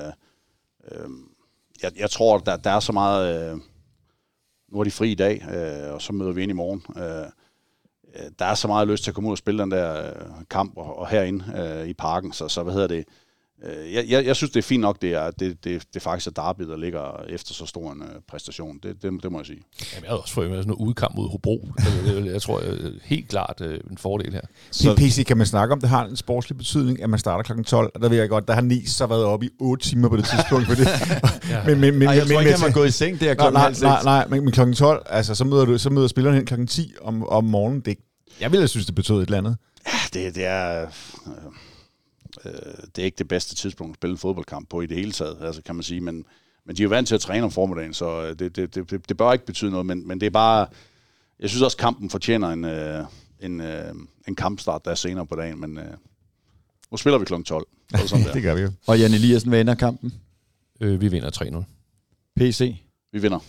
Jeg tror, der er så meget... nu er de fri i dag, og så møder vi ind i morgen. Der er så meget lyst til at komme ud og spille den der kamp, og herinde i parken, så jeg synes, det er fint nok, det faktisk er derby, der ligger efter så stor en præstation. Det må jeg sige. Jamen, jeg har også fået sådan noget udkamp mod Hobro. Jeg tror helt klart en fordel her. Så PC, kan man snakke om, det har en sportslig betydning, at man starter kl. 12. Der ved jeg godt, der har Nies så været oppe i 8 timer på det tidspunkt. For det. Men jeg tror ikke, at man er gået i seng der kl. Nej, men kl. 12, altså, så møder spillerne hen kl. 10 om morgenen. Jeg ville synes, det betød et eller andet. Ja, det er ikke det bedste tidspunkt at spille en fodboldkamp på i det hele taget, altså, kan man sige, men de er jo vant til at træne om formiddagen, så det bør ikke betyde noget, men det er bare, jeg synes også, kampen fortjener en kampstart, der er senere på dagen, men nu spiller vi kl. 12. Det gør vi jo. Og Jan Eliassen, hvad ender kampen? Vi vinder 3-0. PC? Vi vinder.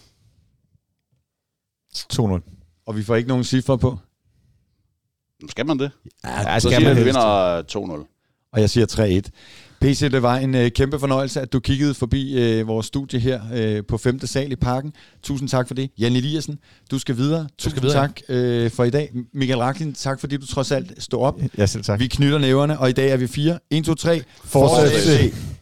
2-0. Og vi får ikke nogen cifre på? Skal man det? Ja, så siger vi vinder 2-0. Og jeg siger 3-1. PC, det var en kæmpe fornøjelse, at du kiggede forbi vores studie her på 5. sal i Parken. Tusind tak for det. Jan Eliassen, du skal videre. Tusind tak for i dag. Michael Rachlin, tak fordi du trods alt stod op. Ja, selv tak. Vi knytter næverne, og i dag er vi 4. 1, 2, 3. Fortsæt.